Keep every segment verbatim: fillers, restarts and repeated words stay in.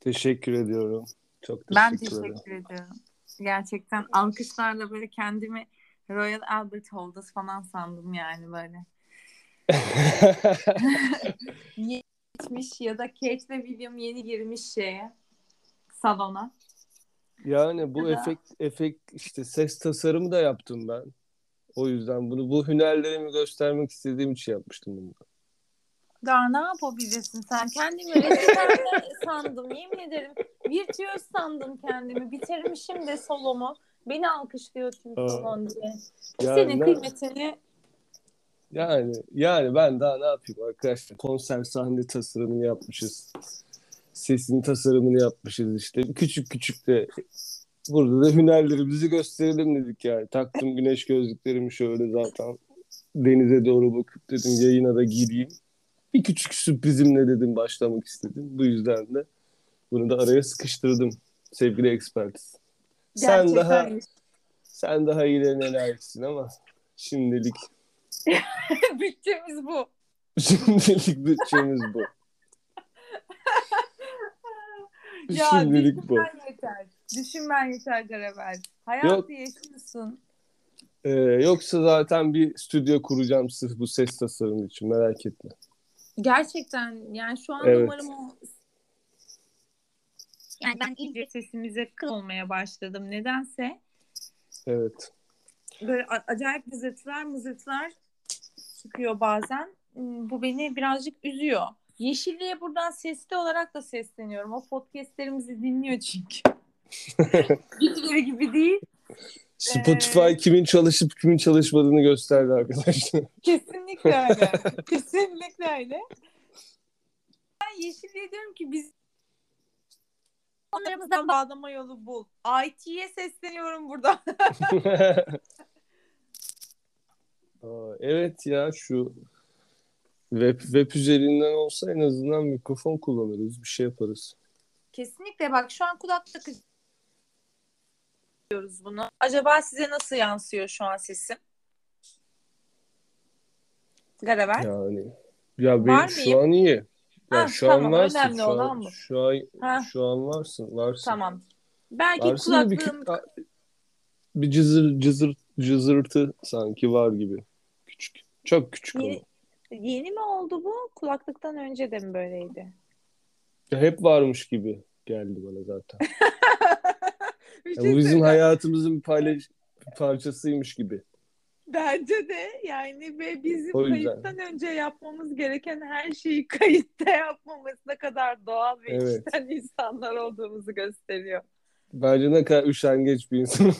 Teşekkür ediyorum. Çok Ben teşekkür ederim. teşekkür ediyorum. Gerçekten alkışlarla böyle kendimi Royal Albert Hall'da falan sandım yani böyle. Yeni gitmiş ya da Kate ve William yeni girmiş şeye, salona. Yani bu Ya da efekt efekt işte ses tasarımı da yaptım ben. O yüzden bunu bu hünerlerimi göstermek istediğim için yapmıştım bunu. daha ne yapabilirsin sen? Kendimi reçeterde sandım, yemin ederim. Virtüöz sandım kendimi. Bitirmişim de solomu. Beni alkışlıyor tüm Aa, salon diye. yani Senin ne, kıymetini yani yani ben daha ne yapayım arkadaşlar? Konser sahne tasarımını yapmışız. Sesin tasarımını yapmışız işte. Küçük küçük de burada da hünerlerimizi gösterelim dedik yani. Taktım güneş gözlüklerimi şöyle zaten denize doğru bakıp dedim yayına da gireyim. Bir küçük sürprizimle dedim başlamak istedim. Bu yüzden de bunu da araya sıkıştırdım sevgili ekspertiz. Sen daha gerçekten sen daha iyilerine layıksın ama şimdilik bütçemiz bu. şimdilik bütçemiz bu. Ya Şimdilik bu. düşünmen yeter. Düşünmen yeter Garavel. Yok Hayatı yaşıyorsun. e, yoksa zaten bir stüdyo kuracağım sırf bu ses tasarımı için merak etme. Gerçekten yani şu anda umarım Evet, o yani ben iyice sesimize kıl olmaya başladım. Nedense evet. böyle a- acayip mızırtılar mızırtılar çıkıyor bazen. Hmm, Bu beni birazcık üzüyor. Yeşilliğe buradan sesli olarak da sesleniyorum. O podcastlerimizi dinliyor çünkü. Hiçbiri gibi değil. Spotify Ee, kimin çalışıp kimin çalışmadığını gösterdi arkadaşlar. kesinlikle öyle. Kesinlikle öyle. Ben Yeşilliğe diyorum ki biz onlarımızdan bağlama yolu bul. I T'ye sesleniyorum burada. Aa, evet ya şu web web üzerinden olsa en azından mikrofon kullanırız, bir şey yaparız. Kesinlikle bak şu an kulaklık takıyoruz bunu. Acaba size nasıl yansıyor şu an sesim? Garaber. Yani ya Var benim şu mıyım? an iyi. Ya Ha şu an tamam varsın. önemli Şu an olan bu. şu an Ha şu an varsın. Varsın. tamam. Belki Varsın da bir kü- kulaklığım bir cızır cızır cızırtı sanki var gibi. Küçük. Çok küçük ama. yeni, yeni mi oldu bu? Kulaklıktan önce de mi böyleydi? Ya hep varmış gibi geldi bana zaten. Bir Ya şey bu bizim söyleyeceğim. hayatımızın bir, paylaş, bir parçasıymış gibi. Bence de yani ve bizim O yüzden. kayıttan önce yapmamız gereken her şeyi kayıtta yapmamız ne kadar doğal ve Evet. içten insanlar olduğumuzu gösteriyor. Bence ne kadar üşengeç bir insan.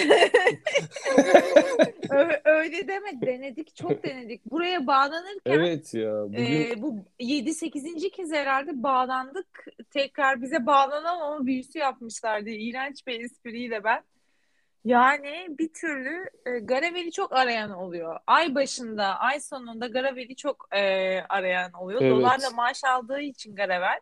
Ö- Öyle deme, denedik, çok denedik. Buraya bağlanırken Evet ya bugün e, bu yedi sekizinci kez herhalde bağlandık. Tekrar bize bağlanamama büyüsü yapmışlardı. İğrenç bir espriyle ben. Yani bir türlü e, Garavel'i çok arayan oluyor. Ay başında, ay sonunda Garavel'i çok e, arayan oluyor. Dolarla evet. maaş aldığı için Garavel.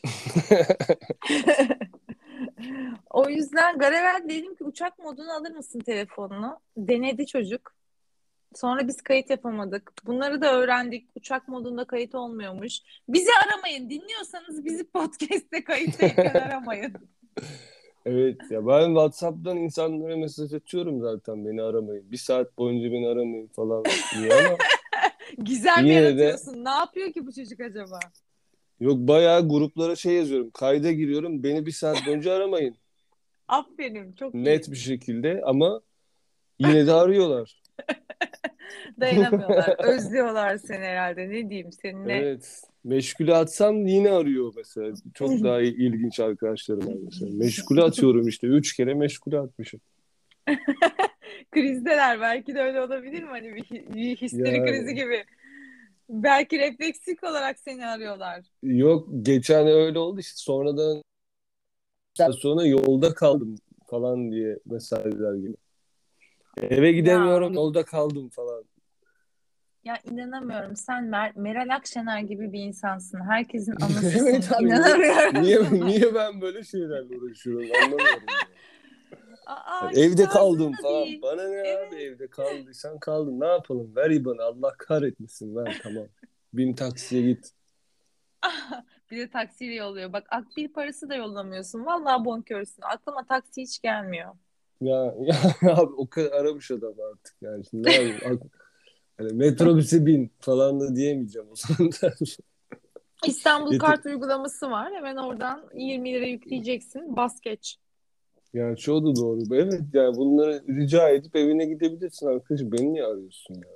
O yüzden Garavel dedim ki uçak modunu alır mısın telefonunu? Denedi çocuk. Sonra biz kayıt yapamadık. Bunları da öğrendik. Uçak modunda kayıt olmuyormuş. Bizi aramayın. Dinliyorsanız bizi podcast'te kayıttayken aramayın. Evet ya ben WhatsApp'tan insanlara mesaj atıyorum zaten beni aramayın. Bir saat boyunca beni aramayın falan diye ama Gizem yine de yaratıyorsun. Ne yapıyor ki bu çocuk acaba? yok bayağı gruplara şey yazıyorum. Kayda giriyorum beni bir saat boyunca aramayın. Aferin. Çok iyi. Net bir şekilde ama yine de arıyorlar. Dayanamıyorlar. Özlüyorlar seni herhalde. Ne diyeyim seninle. Evet. Meşgule atsam yine arıyor mesela. Çok daha ilginç arkadaşlarım var mesela. Meşgule atıyorum işte. Üç kere meşgule atmışım. Krizdeler. Belki de öyle olabilir mi? Hani bir, bir histeri krizi Yani gibi. Belki refleksik olarak seni arıyorlar. yok geçen öyle oldu işte sonradan sonra yolda kaldım falan diye mesajlar gibi. Eve Ya gidemiyorum yolda kaldım falan. ya inanamıyorum. Sen Mer Meral Akşener gibi bir insansın. Herkesin Evet anasısın. abi niye, İnanamıyorum niye, sana. niye ben böyle şeylerle uğraşıyorum anlamıyorum ya. Aa, hiç Evde tarzın kaldım da falan. değil. Bana ne abi Evet. evde kaldıysan kaldın. Ne yapalım? Ver IBAN'ı Allah kahretmesin ver tamam. Bin taksiye git. Bir de taksiyle yolluyor. Bak akbil parası da yollamıyorsun. Vallahi bonkörsün. Aklıma taksi hiç gelmiyor. Ya, ya abi o kadar aramış adam artık yani. Şimdi ne yapayım? Ak- Hani metrobüse bin falan da diyemeyeceğim o zaman da. İstanbul Yeter. Kart uygulaması var. Hemen oradan yirmi lira yükleyeceksin. Bas geç. Yani çoğu da doğru. Evet yani bunları rica edip evine gidebilirsin arkadaşım. Beni niye arıyorsun ya?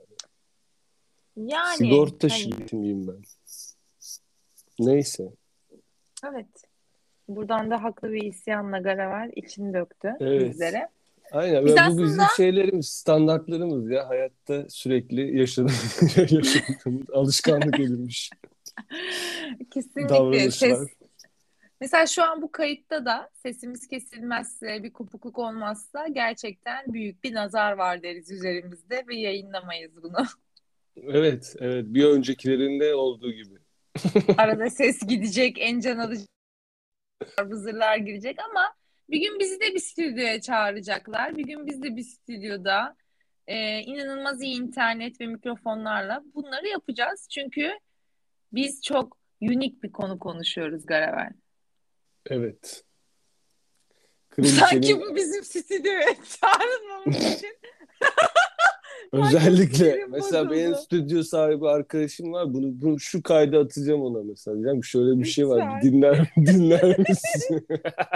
Yani Sigorta hani şirketiyim ben. Neyse. evet. Buradan da haklı bir isyanla Garavel içini döktü Evet. bizlere. Aynen. Biz Ya bu aslında bizim şeylerimiz, standartlarımız ya. Hayatta sürekli yaşadığımız, yaşadığımız alışkanlık edilmiş kesinlikle davranışlar. ses. Mesela şu an bu kayıtta da sesimiz kesilmezse, bir kopukluk olmazsa gerçekten büyük bir nazar var deriz üzerimizde ve yayınlamayız bunu. Evet, evet. Bir öncekilerinde olduğu gibi. Arada ses gidecek, en can alıcı vızırlar girecek ama bir gün bizi de bir stüdyoya çağıracaklar. Bir gün biz de bir stüdyoda e, inanılmaz iyi internet ve mikrofonlarla bunları yapacağız. Çünkü biz çok unik bir konu konuşuyoruz Garavel. Evet. Sanki Kraliçenin bu bizim stüdyoya çağrılmamız için özellikle takipçilerim mesela benim bozuldu. stüdyo sahibi arkadaşım var. Bunu, bunu şu kayda atacağım ona mesela. Diyeceğim ki şöyle bir şey var. Bir Lütfen. dinler dinler misin?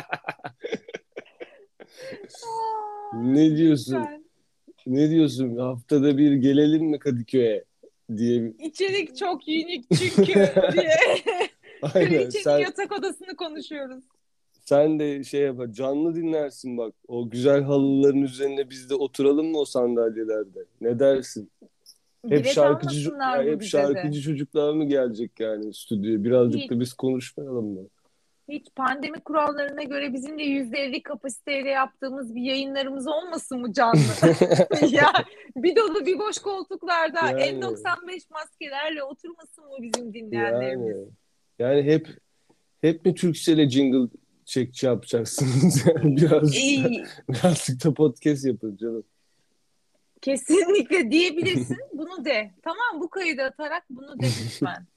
Aa, Ne diyorsun? lütfen. Ne diyorsun? Haftada bir gelelim mi Kadıköy'e diye. bir- İçerik çok unik çünkü diye Aynen. kraliçenin Sen yatak odasını konuşuyoruz. sen de şey yapar. Canlı dinlersin bak. O güzel halıların üzerine biz de oturalım mı o sandalyelerde? Ne dersin? Hep Bilet şarkıcı almasınlar ya mı hep bize de? şarkıcı çocuklar mı gelecek yani stüdyoya? Birazcık Hiç, da biz konuşmayalım mı? hiç pandemi kurallarına göre bizim de yüzde elli kapasiteyle yaptığımız bir yayınlarımız olmasın mı canlı? Ya bir dolu bir boş koltuklarda Yani N doksan beş maskelerle oturmasın mı bizim dinleyenlerimiz? yani yani hep hep mi Türkcell'e jingle çekçi yapacaksınız? Yani birazcık da Ee, birazcık da podcast yapın canım. Kesinlikle diyebilirsin. Bunu de. Tamam bu kaydı atarak bunu de lütfen.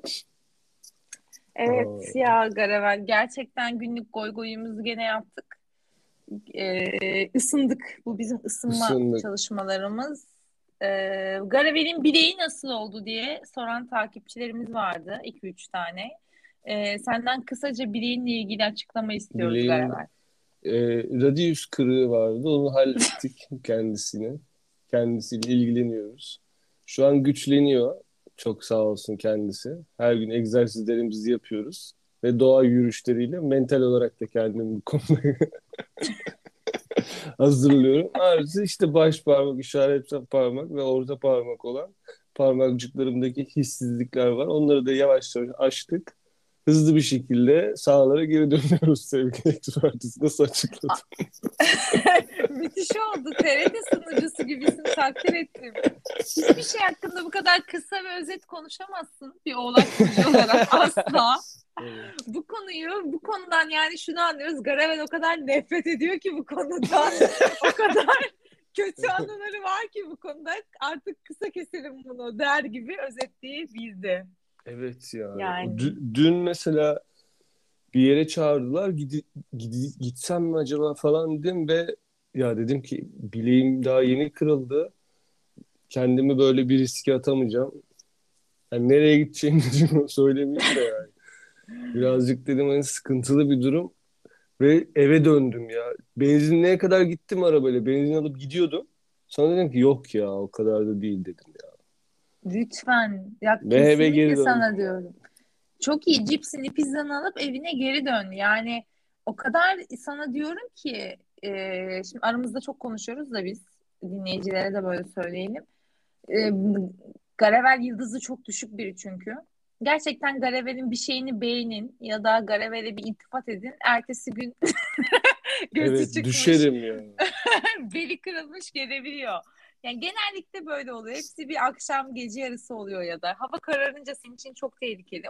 Evet Aa, ya Garavel gerçekten günlük goy goyumuzu gene yaptık. Ee, ısındık. Bu bizim ısınma ısındık. çalışmalarımız. Ee, Garavel'in bileği nasıl oldu diye soran takipçilerimiz vardı. iki üç tane. Ee, senden kısaca bileğinle ilgili açıklama istiyoruz Bileğimin Garavel. e, radius kırığı vardı. Onu hallettik kendisini. Kendisiyle ilgileniyoruz. Şu an güçleniyor. Çok sağ olsun kendisi. Her gün egzersizlerimizi yapıyoruz. Ve doğa yürüyüşleriyle mental olarak da kendimi bu konuda hazırlıyorum. Ayrıca işte baş parmak, işaret parmak ve orta parmak olan parmakçıklarımdaki hissizlikler var. Onları da yavaş yavaş açtık. Hızlı bir şekilde sahalara geri dönüyoruz sevgili Eksuartisi. Nasıl açıkladım? Müthiş oldu. T R T sunucusu gibisin. Takdir ettim. Hiçbir şey hakkında bu kadar kısa ve özet konuşamazsın bir oğlak burcu olarak asla. Evet. Bu konuyu, bu konudan yani şunu anlıyoruz. Garavel o kadar nefret ediyor ki bu konudan. O kadar kötü anıları var ki bu konuda. Artık kısa keselim bunu der gibi özetleyebildi. Evet ya. Yani Dü- Dün mesela bir yere çağırdılar. Gidi, gidi- gitsem mi acaba falan dedim ve ya dedim ki bileğim daha yeni kırıldı. Kendimi böyle bir riske atamayacağım. Yani nereye gideceğimi dedim, söylemeyeyim de yani. Birazcık dedim hani sıkıntılı bir durum. Ve eve döndüm ya. Benzinliğe kadar gittim arabayla. Benzin alıp gidiyordum. Sonra dedim ki yok ya o kadar da değil dedim ya. lütfen ya Ve eve kesinlikle geri döndüm sana yani. diyorum. Çok iyi cipsini pizzanı alıp evine geri dön. Yani o kadar sana diyorum ki e, şimdi aramızda çok konuşuyoruz da biz dinleyicilere de böyle söyleyelim. E, Garavel yıldızı çok düşük biri çünkü. Gerçekten Garavel'in bir şeyini beğenin ya da Garavel'e bir iltifat edin. Ertesi gün Evet gözü çıkmış, düşerim ya. beli kırılmış gelebiliyor. Yani genellikle böyle oluyor. Hepsi bir akşam gece yarısı oluyor ya da hava kararınca senin için çok tehlikeli.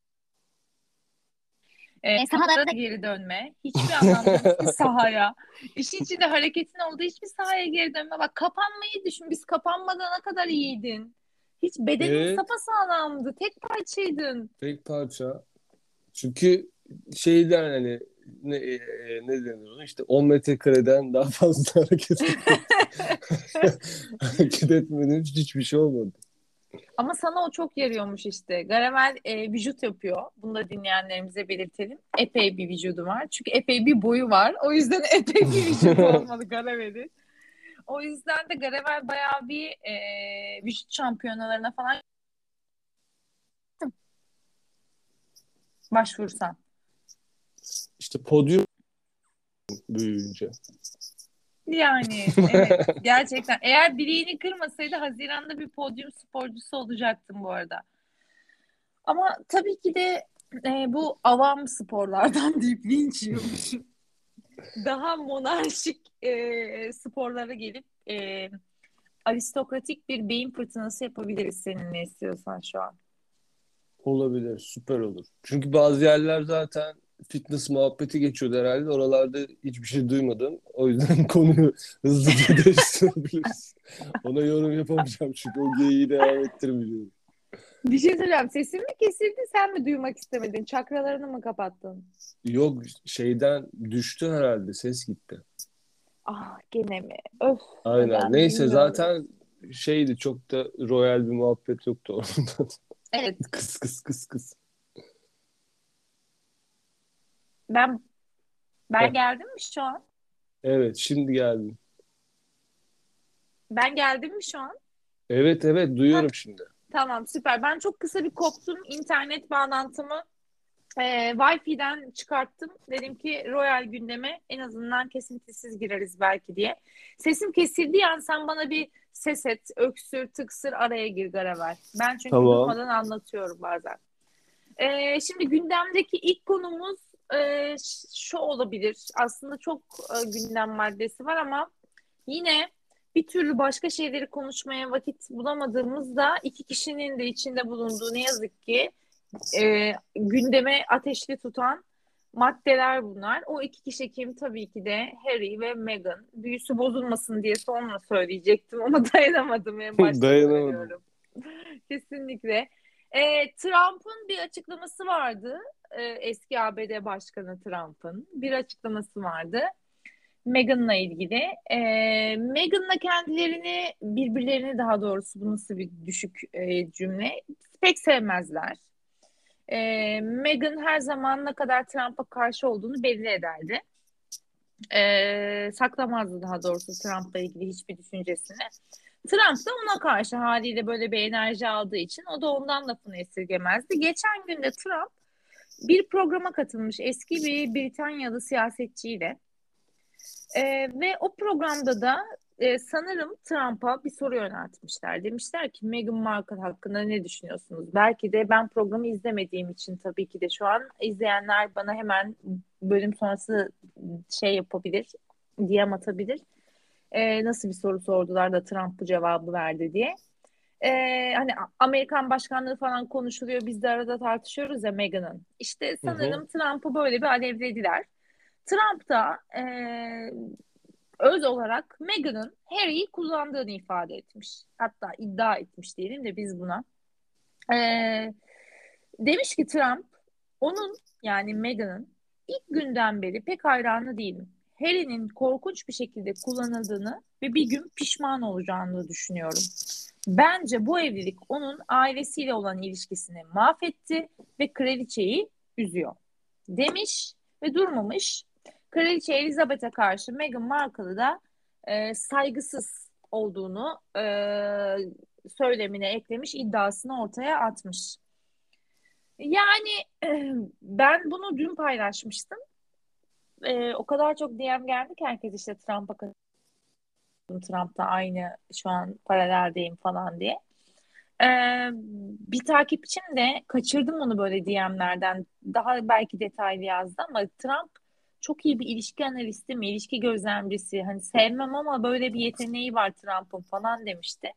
E, sahalara da geri dönme. Hiçbir anlamda hiçbir sahaya. İşin içinde hareketin olduğu hiçbir sahaya geri dönme. Bak kapanmayı düşün. Biz kapanmadana kadar iyiydin. Hiç bedenin Evet sapasağlamdı. Tek parçaydın. tek parça. Çünkü şeyden hani ne, e, ne denir ona işte on metrekareden daha fazla hareket etmedim. Hareket etmedim hiç hiçbir şey olmadı. Ama sana o çok yarıyormuş işte. Garavel e, vücut yapıyor. Bunu da dinleyenlerimize belirtelim. Epey bir vücudu var. Çünkü epey bir boyu var. O yüzden epey bir vücudu olmalı Garavel'in. O yüzden de Garavel bayağı bir e, vücut şampiyonalarına falan başvursan. İşte podyum büyüyünce. Yani evet gerçekten. Eğer bileğini kırmasaydı Haziran'da bir podyum sporcusu olacaktım bu arada. Ama tabii ki de e, bu avam sporlardan deyip linç yiyormuşum. Daha monarşik e, sporlara gelip e, aristokratik bir beyin fırtınası yapabiliriz seninle istiyorsan şu an. Olabilir, süper olur. Çünkü bazı yerler zaten fitness muhabbeti geçiyordu herhalde. Oralarda hiçbir şey duymadım. O yüzden konuyu hızlıca değiştirebiliriz. Ona yorum yapamayacağım çünkü o geyiği devam ettirmeyeceğim. Bir şey söyleyeceğim. Sesin mi kesildi, sen mi duymak istemedin? Çakralarını mı kapattın? Yok şeyden düştü herhalde, ses gitti. Ah gene mi? Öf, Aynen. neden Neyse bilmiyorum. zaten şeydi çok da royal bir muhabbet yoktu orada. Evet, Kıs kıs kıs kıs. ben ben Heh, geldim mi şu an? evet şimdi geldim. Ben geldim mi şu an? Evet evet Heh, duyuyorum şimdi. tamam süper. Ben çok kısa bir koptum. İnternet bağlantımı e, Wi-Fi'den çıkarttım. Dedim ki Royal gündeme en azından kesintisiz gireriz belki diye. Sesim kesildiği an sen bana bir ses et, öksür, tıksır araya gir Garaver. Ben çünkü Tamam. durmadan anlatıyorum bazen. E, şimdi gündemdeki ilk konumuz e, şu olabilir. Aslında çok e, gündem maddesi var ama yine bir türlü başka şeyleri konuşmaya vakit bulamadığımızda iki kişinin de içinde bulunduğu ne yazık ki e, gündeme ateşli tutan maddeler bunlar. O iki kişi kim? Tabii ki de Harry ve Meghan. Büyüsü bozulmasın diye sonra söyleyecektim ama dayanamadım. En başta Dayanamadım. söylüyorum. Kesinlikle. E, Trump'ın bir açıklaması vardı. E, eski A B D Başkanı Trump'ın bir açıklaması vardı. Meghan'la ilgili. Ee, Meghan'la kendilerini, birbirlerini daha doğrusu bu nasıl bir düşük e, cümle, pek sevmezler. Ee, Meghan her zaman ne kadar Trump'a karşı olduğunu belli ederdi. Ee, saklamazdı daha doğrusu Trump'la ilgili hiçbir düşüncesini. Trump da ona karşı haliyle böyle bir enerji aldığı için o da ondan lafını esirgemezdi. Geçen gün de Trump bir programa katılmış eski bir Britanyalı siyasetçiyle. Ee, ve o programda da e, sanırım Trump'a bir soru yöneltmişler. Demişler ki Meghan Markle hakkında ne düşünüyorsunuz? Belki de ben programı izlemediğim için tabii ki de şu an izleyenler bana hemen bölüm sonrası şey yapabilir, D M atabilir. Ee, nasıl bir soru sordular da Trump bu cevabı verdi diye. Ee, hani Amerikan başkanlığı falan konuşuluyor. Biz de arada tartışıyoruz ya Meghan'ın. İşte Hı hı. sanırım Trump'ı böyle bir alevlediler. Trump da e, öz olarak Meghan'ın Harry'i kullandığını ifade etmiş. Hatta iddia etmiş diyelim de biz buna. Ee, demiş ki Trump, onun yani Meghan'ın ilk günden beri pek hayranı değilim. Harry'nin korkunç bir şekilde kullanıldığını ve bir gün pişman olacağını düşünüyorum. Bence bu evlilik onun ailesiyle olan ilişkisini mahvetti ve kraliçeyi üzüyor. Demiş ve durmamış. Kraliçe Elizabeth'e karşı Meghan Markle'ı da e, saygısız olduğunu e, söylemine eklemiş, iddiasını ortaya atmış. Yani e, ben bunu dün paylaşmıştım. E, o kadar çok D M geldi ki herkes işte Trump'a katıldım, Trump'ta aynı şu an paraleldeyim falan diye. Ee, bir takipçim de kaçırdım onu böyle D M'lerden. Daha belki detaylı yazdı ama Trump çok iyi bir ilişki analisti mi, ilişki gözlemcisi. Hani sevmem ama böyle bir yeteneği var Trump'ın falan demişti.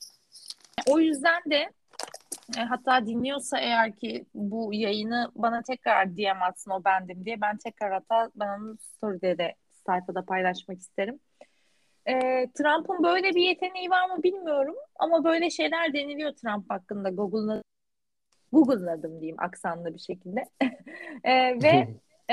O yüzden de e, hatta dinliyorsa eğer ki bu yayını bana tekrar D M atsın o bendim diye. Ben tekrar hatta ben onu story'de de sayfada paylaşmak isterim. Ee, Trump'ın böyle bir yeteneği var mı bilmiyorum ama böyle şeyler deniliyor Trump hakkında. Google'da Google'ladım diyeyim aksanlı bir şekilde. E, ve e,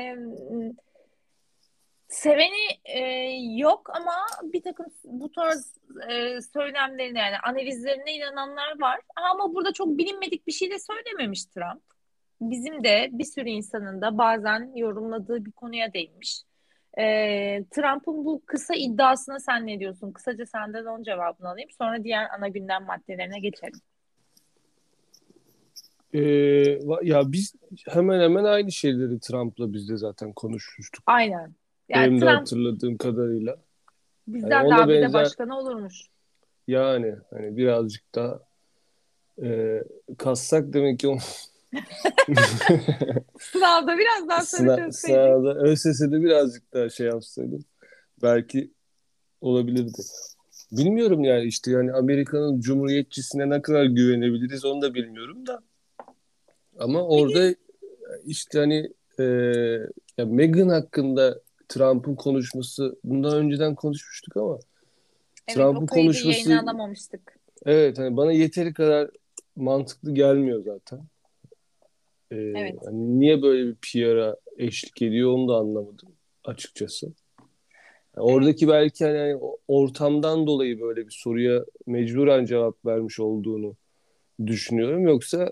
seveni e, yok ama bir takım bu tarz e, söylemlerine yani analizlerine inananlar var. Ama burada çok bilinmedik bir şey de söylememiş Trump. Bizim de bir sürü insanın da bazen yorumladığı bir konuya değinmiş. E, Trump'ın bu kısa iddiasına sen ne diyorsun? Kısaca senden onun cevabını alayım. Sonra diğer ana gündem maddelerine geçelim. Ee, va- ya biz hemen hemen aynı şeyleri Trump'la biz de zaten konuşmuştuk. Aynen. Yani Benim de Trump hatırladığım kadarıyla. Yani bizden ona daha bir de benzer başkanı olurmuş. yani hani birazcık daha e, kassak demek ki o Sınavda biraz daha soru sınav, çözseydik. sınavda ÖSS'de birazcık daha şey yapsaydım belki olabilirdi. Bilmiyorum yani işte yani Amerika'nın cumhuriyetçisine ne kadar güvenebiliriz onu da bilmiyorum da. Ama Peki, orada işte hani e, ya Meghan hakkında Trump'ın konuşması bundan önceden konuşmuştuk ama evet o Trump'ın kaydı yayına konuşması alamamıştık. evet hani bana yeteri kadar mantıklı gelmiyor zaten. E, Evet. hani niye böyle bir P R'a eşlik ediyor onu da anlamadım açıkçası. Yani Evet. oradaki belki hani o ortamdan dolayı böyle bir soruya mecburen cevap vermiş olduğunu düşünüyorum. Yoksa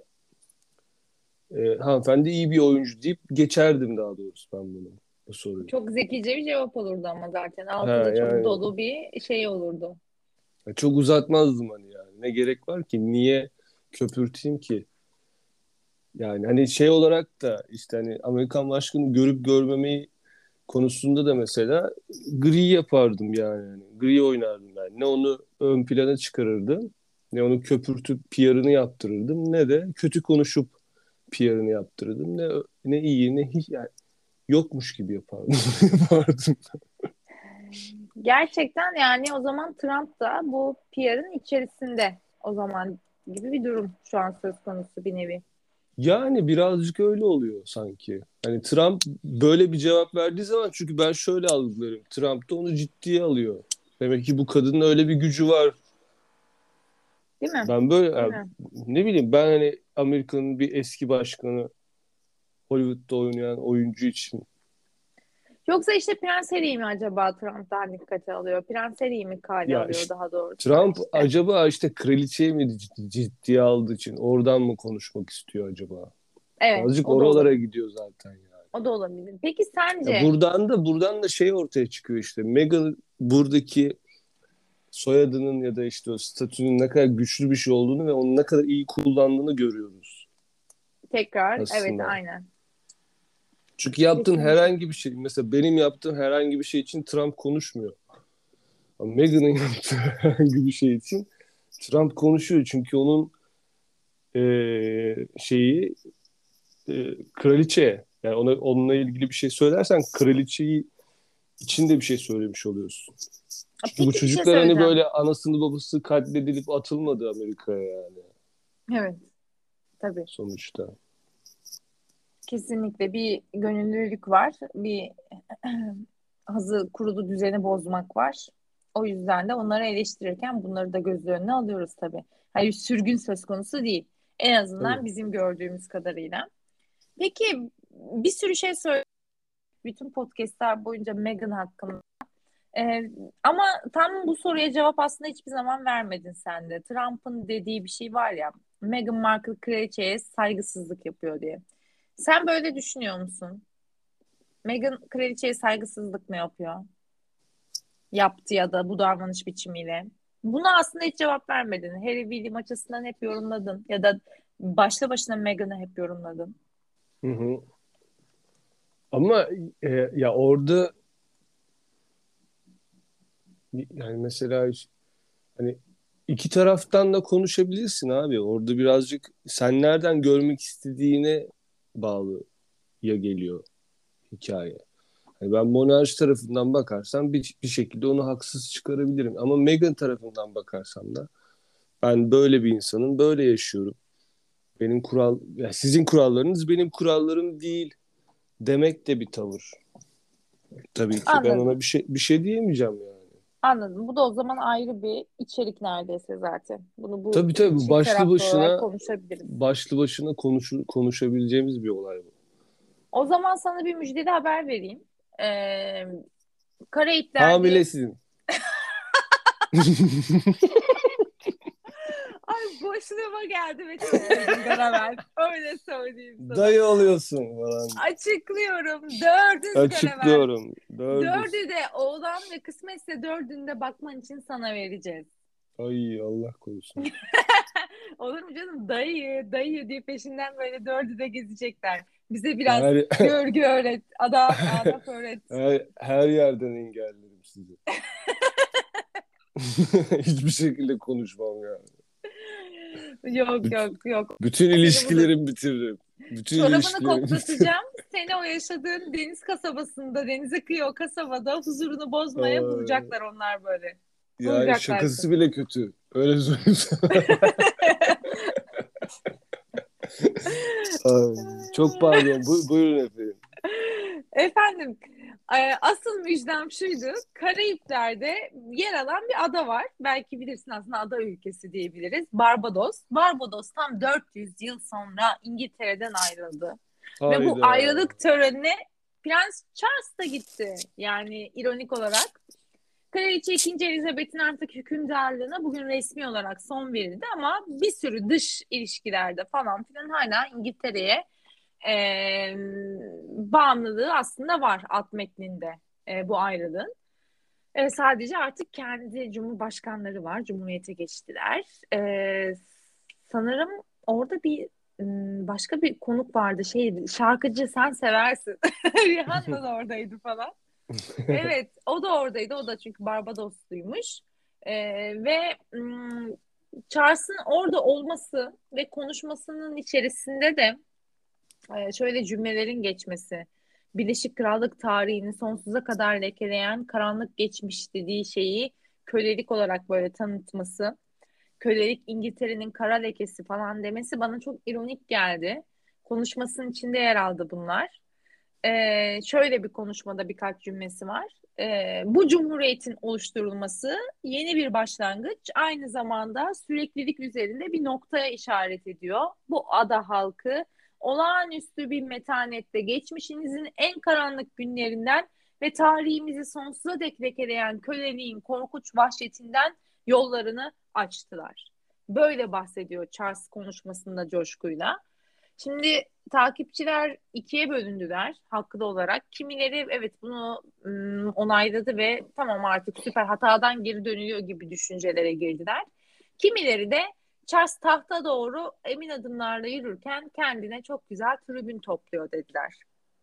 e, hanımefendi iyi bir oyuncu deyip geçerdim daha doğrusu ben bunu bu soruyu. Çok zekice bir cevap olurdu ama zaten. Altı Ha da çok yani dolu bir şey olurdu. çok uzatmazdım hani yani. Ne gerek var ki? Niye köpürteyim ki? Yani hani şey olarak da işte hani Amerikan başkanı görüp görmemeyi konusunda da mesela gri yapardım yani. Yani gri oynardım yani. Ne onu ön plana çıkarırdım, ne onu köpürtüp P R'ını yaptırırdım, ne de kötü konuşup P R'ını yaptırırdım. Ne ne iyi ne hiç yani yokmuş gibi yapardım. yapardım. Gerçekten yani o zaman Trump da bu P R'ın içerisinde o zaman gibi bir durum şu an söz konusu bir nevi. Yani birazcık öyle oluyor sanki. Hani Trump böyle bir cevap verdiği zaman çünkü ben şöyle algılarım. Trump da onu ciddiye alıyor. Demek ki bu kadının öyle bir gücü var. Değil mi? Ben böyle Değil yani mi? ne bileyim ben hani Amerika'nın bir eski başkanı Hollywood'da oynayan oyuncu için Yoksa işte Prens Harry mi acaba Trump'tan dikkate alıyor? Prens Harry'i mi kale ya alıyor işte daha doğrusu Trump işte. acaba işte kraliçeyi mi ciddi- ciddiye aldığı için oradan mı konuşmak istiyor acaba? Evet, Azıcık o da oralara olabilir. gidiyor zaten yani. O da olabilir. Peki Ya sence buradan da buradan da şey ortaya çıkıyor işte. Meghan buradaki soyadının ya da işte o statünün ne kadar güçlü bir şey olduğunu ve onu ne kadar iyi kullandığını görüyoruz tekrar evet aslında. aynen Çünkü yaptığın kesinlikle. herhangi bir şey, mesela benim yaptığım herhangi bir şey için Trump konuşmuyor. Ama Meghan'ın yaptığı herhangi bir şey için Trump konuşuyor. Çünkü onun eee, şeyi eee, kraliçe. Yani ona, onunla ilgili bir şey söylersen kraliçeyi için de bir şey söylemiş oluyorsun. Çünkü bu Peki bir şey çocuklar hani söyleyeceğim. böyle anasını babası katledilip atılmadı Amerika'ya yani Evet tabii. sonuçta. Kesinlikle bir gönüllülük var. Bir hazır kurulu düzeni bozmak var. O yüzden de onları eleştirirken bunları da göz önüne alıyoruz tabii. Hayır sürgün söz konusu değil. En Tabii. azından bizim gördüğümüz kadarıyla. Peki bir sürü şey söyle bütün podcastler boyunca Meghan hakkında. Ee, ama tam bu soruya cevap aslında hiçbir zaman vermedin sen de. Trump'ın dediği bir şey var ya, Meghan Markle kraliçeye saygısızlık yapıyor diye. Sen böyle düşünüyor musun? Meghan kraliçeye saygısızlık mı yapıyor? Yaptı ya da bu davranış biçimiyle. Buna aslında hiç cevap vermedin. Harry William açısından hep yorumladın. Ya da başlı başına Meghan'ı hep yorumladın. Hı hı. Ama e, ya orada yani mesela hani iki taraftan da konuşabilirsin abi. Orada birazcık sen nereden görmek istediğine bağlı ya geliyor hikaye. Hani ben monarşi tarafından bakarsam bir, bir şekilde onu haksız çıkarabilirim. Ama Meghan tarafından bakarsam da ben böyle bir insanım, böyle yaşıyorum. Benim kural, ya sizin kurallarınız benim kurallarım değil demek de bir tavır. Tabii ki ben ona Anladım. bir şey bir şey diyemeyeceğim yani. Anladım. Bu da o zaman ayrı bir içerik neredeyse zaten. Bunu bu Tabii tabii çift başlı taraflı olarak başına konuşabiliriz. başlı başına konuş, konuşabileceğimiz bir olay bu. O zaman sana bir müjdeli haber vereyim. Ee, Karayipler'de Hamilesin. ay boşluğuma geldi ve çok sevdim Garavel. Öyle söyleyeyim sana. Dayı oluyorsun falan. Açıklıyorum. Dördüz Garavel. Açıklıyorum. Dördüz. Dördü de oğlan ve kısmetse dördünde bakman için sana vereceğiz. Ay Allah korusun. Olur mu canım? Dayı, dayı diye peşinden böyle dördü de gezecekler. Bize biraz Her, görgü öğret, adab, adap öğret. her, her yerden engellerim sizi. Hiçbir şekilde konuşmam yani. Yok Büt- yok yok. bütün Seni burada ilişkilerimi bitiririm. Bütün çorabını ilişkilerimi bitiririm. koklatacağım. Seni o yaşadığın deniz kasabasında, denize kıyı o kasabada huzurunu bozmaya Ay, bulacaklar onlar böyle. yani Bulacaklar şakası seni. bile kötü. Öyle söyleyeyim sana. Ay, çok pardon. Bu, buyurun efendim. Efendim, e, asıl müjdem şuydu. Karayipler'de yer alan bir ada var. Belki bilirsin aslında ada ülkesi diyebiliriz. Barbados. Barbados tam dört yüz yıl sonra İngiltere'den ayrıldı. Ve bu Hayda. ayrılık törenine Prens Charles da gitti. Yani ironik olarak. Kraliçe ikinci. Elizabeth'in artık hükümdarlığına bugün resmi olarak son verildi ama bir sürü dış ilişkilerde falan filan hala İngiltere'ye e, bağımlılığı aslında var alt metninde e, bu ayrılığın. E, sadece artık kendi cumhurbaşkanları var. Cumhuriyete geçtiler. E, sanırım orada bir m, başka bir konuk vardı. Şey, şarkıcı sen seversin. Rihanna da oradaydı falan. Evet, o da oradaydı. O da çünkü Barbadosluymuş. E, ve m, Charles'ın orada olması ve konuşmasının içerisinde de ee, şöyle cümlelerin geçmesi. Birleşik Krallık tarihini sonsuza kadar lekeleyen karanlık geçmiş dediği şeyi kölelik olarak böyle tanıtması. Kölelik İngiltere'nin kara lekesi falan demesi bana çok ironik geldi. Konuşmasının içinde yer aldı bunlar. Ee, şöyle bir konuşmada birkaç cümlesi var. Ee, bu cumhuriyetin oluşturulması yeni bir başlangıç, aynı zamanda süreklilik üzerinde bir noktaya işaret ediyor. Bu ada halkı olağanüstü bir metanette geçmişinizin en karanlık günlerinden ve tarihimizi sonsuza dek lekeleyen köleliğin korkunç vahşetinden yollarını açtılar. Böyle bahsediyor Charles konuşmasında coşkuyla. Şimdi takipçiler ikiye bölündüler haklı olarak. Kimileri evet bunu ım, onayladı ve tamam artık süper hatadan geri dönülüyor gibi düşüncelere girdiler. Kimileri de Charles tahta doğru emin adımlarla yürürken kendine çok güzel tribün topluyor dediler.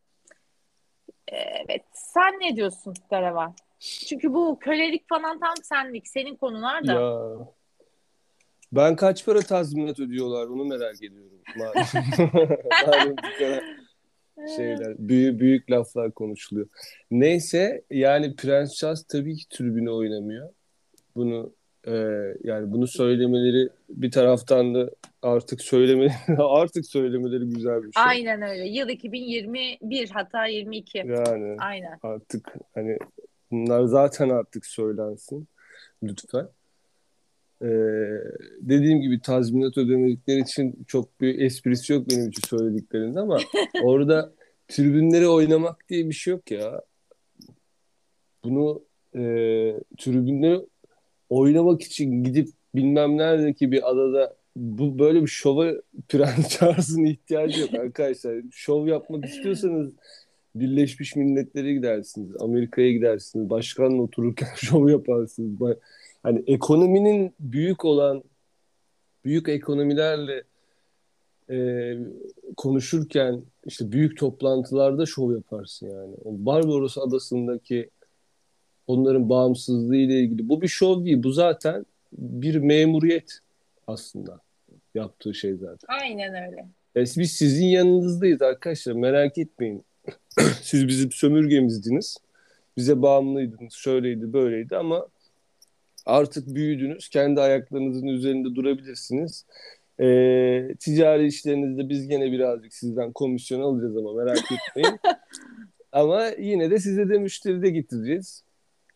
Evet, sen ne diyorsun Karavan? Çünkü bu kölelik falan tam senlik, senin konular da. Ya ben kaç para tazminat ödüyorlar onu merak ediyorum. Madem, madem bu kadar şeyler, büyük büyük laflar konuşuluyor. Neyse yani Prens Charles tabii ki tribüne oynamıyor. Bunu e, yani bunu söylemeleri bir taraftan da artık söylemeleri artık söylemeleri güzel bir şey. Aynen öyle. Yıl iki bin yirmi bir hatta yirmi iki. Yani Aynen. artık hani bunlar zaten artık söylensin lütfen. Ee, dediğim gibi tazminat ödemedikleri için çok bir esprisi yok benim için söylediklerinde ama orada tribünleri oynamak diye bir şey yok ya. Bunu e, tribünleri oynamak için gidip bilmem neredeki bir adada bu böyle bir şova Prens Charles'ın ihtiyacı yok arkadaşlar. Şov yapmak istiyorsanız Birleşmiş Milletler'e gidersiniz, Amerika'ya gidersiniz, başkanla otururken şov yaparsınız. Hani ekonominin büyük olan büyük ekonomilerle e, konuşurken işte büyük toplantılarda şov yaparsın yani. O Barbaros Adası'ndaki onların bağımsızlığı ile ilgili. Bu bir şov değil. Bu zaten bir memuriyet aslında yaptığı şey zaten. Aynen öyle. Yani biz sizin yanınızdayız arkadaşlar. Merak etmeyin. Siz bizim sömürgemizdiniz. Bize bağımlıydınız. Şöyleydi, böyleydi ama artık büyüdünüz. Kendi ayaklarınızın üzerinde durabilirsiniz. Ee, ticari işlerinizde biz gene birazcık sizden komisyon alacağız ama merak etmeyin. Ama yine de size de müşteri de getireceğiz.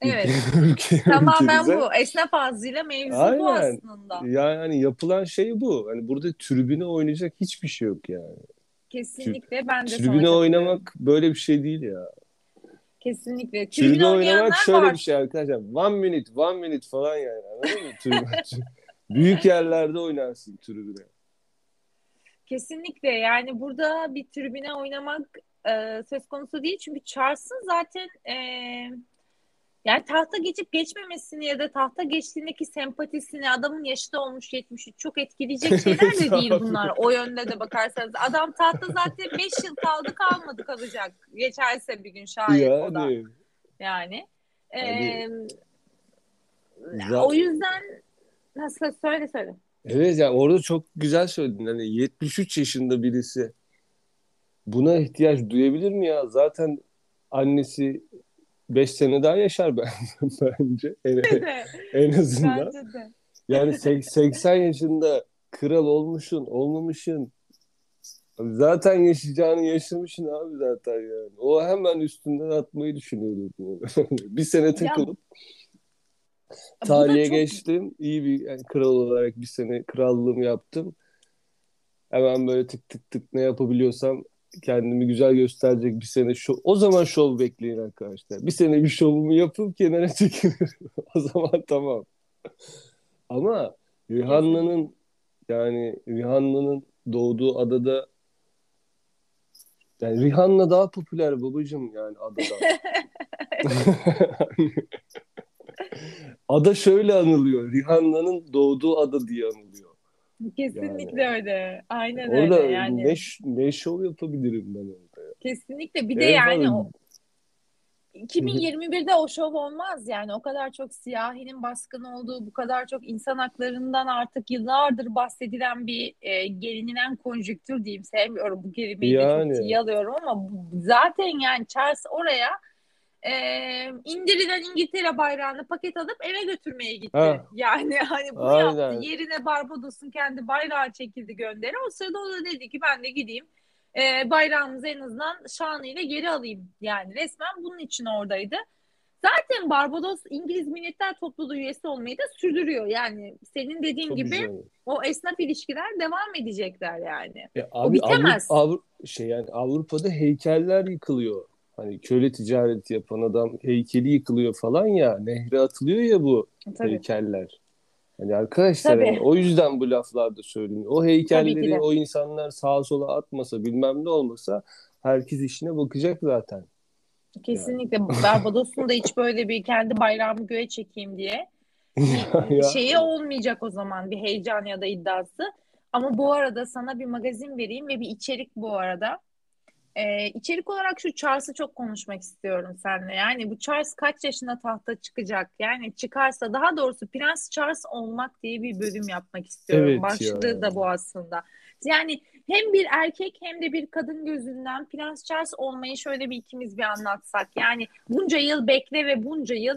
ülke, Evet. ülke, Tamamen ülkemize. bu. Esnaf ağzıyla mevzu bu Aynen. aslında. Yani yapılan şey bu. Hani burada tribüne oynayacak hiçbir şey yok yani. Tür- Kesinlikle ben de sana Tribüne katılıyorum. oynamak böyle bir şey değil ya. Kesinlikle. Tribüne Tribüne oynamak oynayanlar şöyle bir var. şey arkadaşlar. One minute, one minute falan yani. Anladın mı? Tribüne. Büyük yerlerde oynarsın tribüne. Kesinlikle yani burada bir tribüne oynamak e, söz konusu değil. Çünkü Charles'ın zaten e, yani tahta geçip geçmemesini ya da tahta geçtiğindeki sempatisini adamın yaşı da olmuş yetmiş üç çok etkileyecek şeyler Evet de değil abi. bunlar. O yönde de bakarsanız. Adam tahta zaten beş yıl kaldı kalmadı kalacak. Geçerse bir gün şayet o da. Yani Yani. hani E, za- O yüzden nasıl söyle söyle. evet yani orada çok güzel söyledin. Hani yetmiş üç yaşında birisi buna ihtiyaç duyabilir mi ya? Zaten annesi beş sene daha yaşar ben, bence en, de en azından. bence de. Yani sek- seksen yaşında kral olmuşsun, olmamışsın. Abi zaten yaşayacağını yaşamışsın abi zaten yani. O hemen üstünden atmayı düşünüyordu. Bir sene Ya takılıp bu da tarihe çok geçtim. İyi bir yani kral olarak bir sene krallığımı yaptım. Hemen böyle tık tık tık ne yapabiliyorsam kendimi güzel gösterecek bir sene şov. O zaman şov bekleyin arkadaşlar. Bir sene bir şovumu yapıp kenara çekilirim. O zaman tamam. Ama kesin. Rihanna'nın yani Rihanna'nın doğduğu adada yani Rihanna daha popüler babacığım yani adadan. Ada şöyle anılıyor. Rihanna'nın doğduğu ada diye anılıyor. Yani Kesinlikle öyle. Aynen öyle orada ne, yani. ş- ne şov yapabilirim ben orada ya. Kesinlikle. Bir de En yani fazla o iki bin yirmi birde o şov olmaz yani. O kadar çok siyahinin baskın olduğu, bu kadar çok insan haklarından artık yıllardır bahsedilen bir e, gelinilen konjüktür diyeyim. Sevmiyorum bu kelimeyi de çok yani tiye alıyorum ama bu- zaten yani Charles oraya e, indirilen İngiltere bayrağını paket alıp eve götürmeye gitti. ha Yani hani bunu yaptı. aynen Yerine Barbados'un kendi bayrağı çekildi gönderi. O sırada o da dedi ki ben de gideyim e, bayrağımızı en azından şanıyla geri alayım. Yani resmen bunun için oradaydı. Zaten Barbados İngiliz Milletler Topluluğu üyesi olmayı da sürdürüyor. Yani senin dediğin tabii gibi canım. o esnaf ilişkiler devam edecekler yani. E, O abi Avrupa, bitemez. Avrupa şey yani Avrupa'da heykeller yıkılıyor. Hani köle ticareti yapan adam heykeli yıkılıyor falan ya. Nehre atılıyor ya bu Tabii. heykeller. Hani arkadaşlar hani Tabii. o yüzden bu laflar da söyleniyor. O Tabii ki heykelleri de. o insanlar sağa sola atmasa bilmem ne olmasa herkes işine bakacak zaten. Yani Kesinlikle Barbados'un da hiç böyle bir kendi bayrağımı göğe çekeyim diye bir ya şeyi olmayacak o zaman bir heyecan ya da iddiası. Ama bu arada sana bir magazin vereyim ve bir içerik bu arada. Ee, içerik olarak şu Charles'ı çok konuşmak istiyorum seninle. Yani bu Charles kaç yaşında tahta çıkacak? Yani çıkarsa daha doğrusu Prens Charles olmak diye bir bölüm yapmak istiyorum. evet ya. Başlığı da bu aslında. Yani hem bir erkek hem de bir kadın gözünden Prens Charles olmayı şöyle bir ikimiz bir anlatsak. Yani bunca yıl bekle ve bunca yıl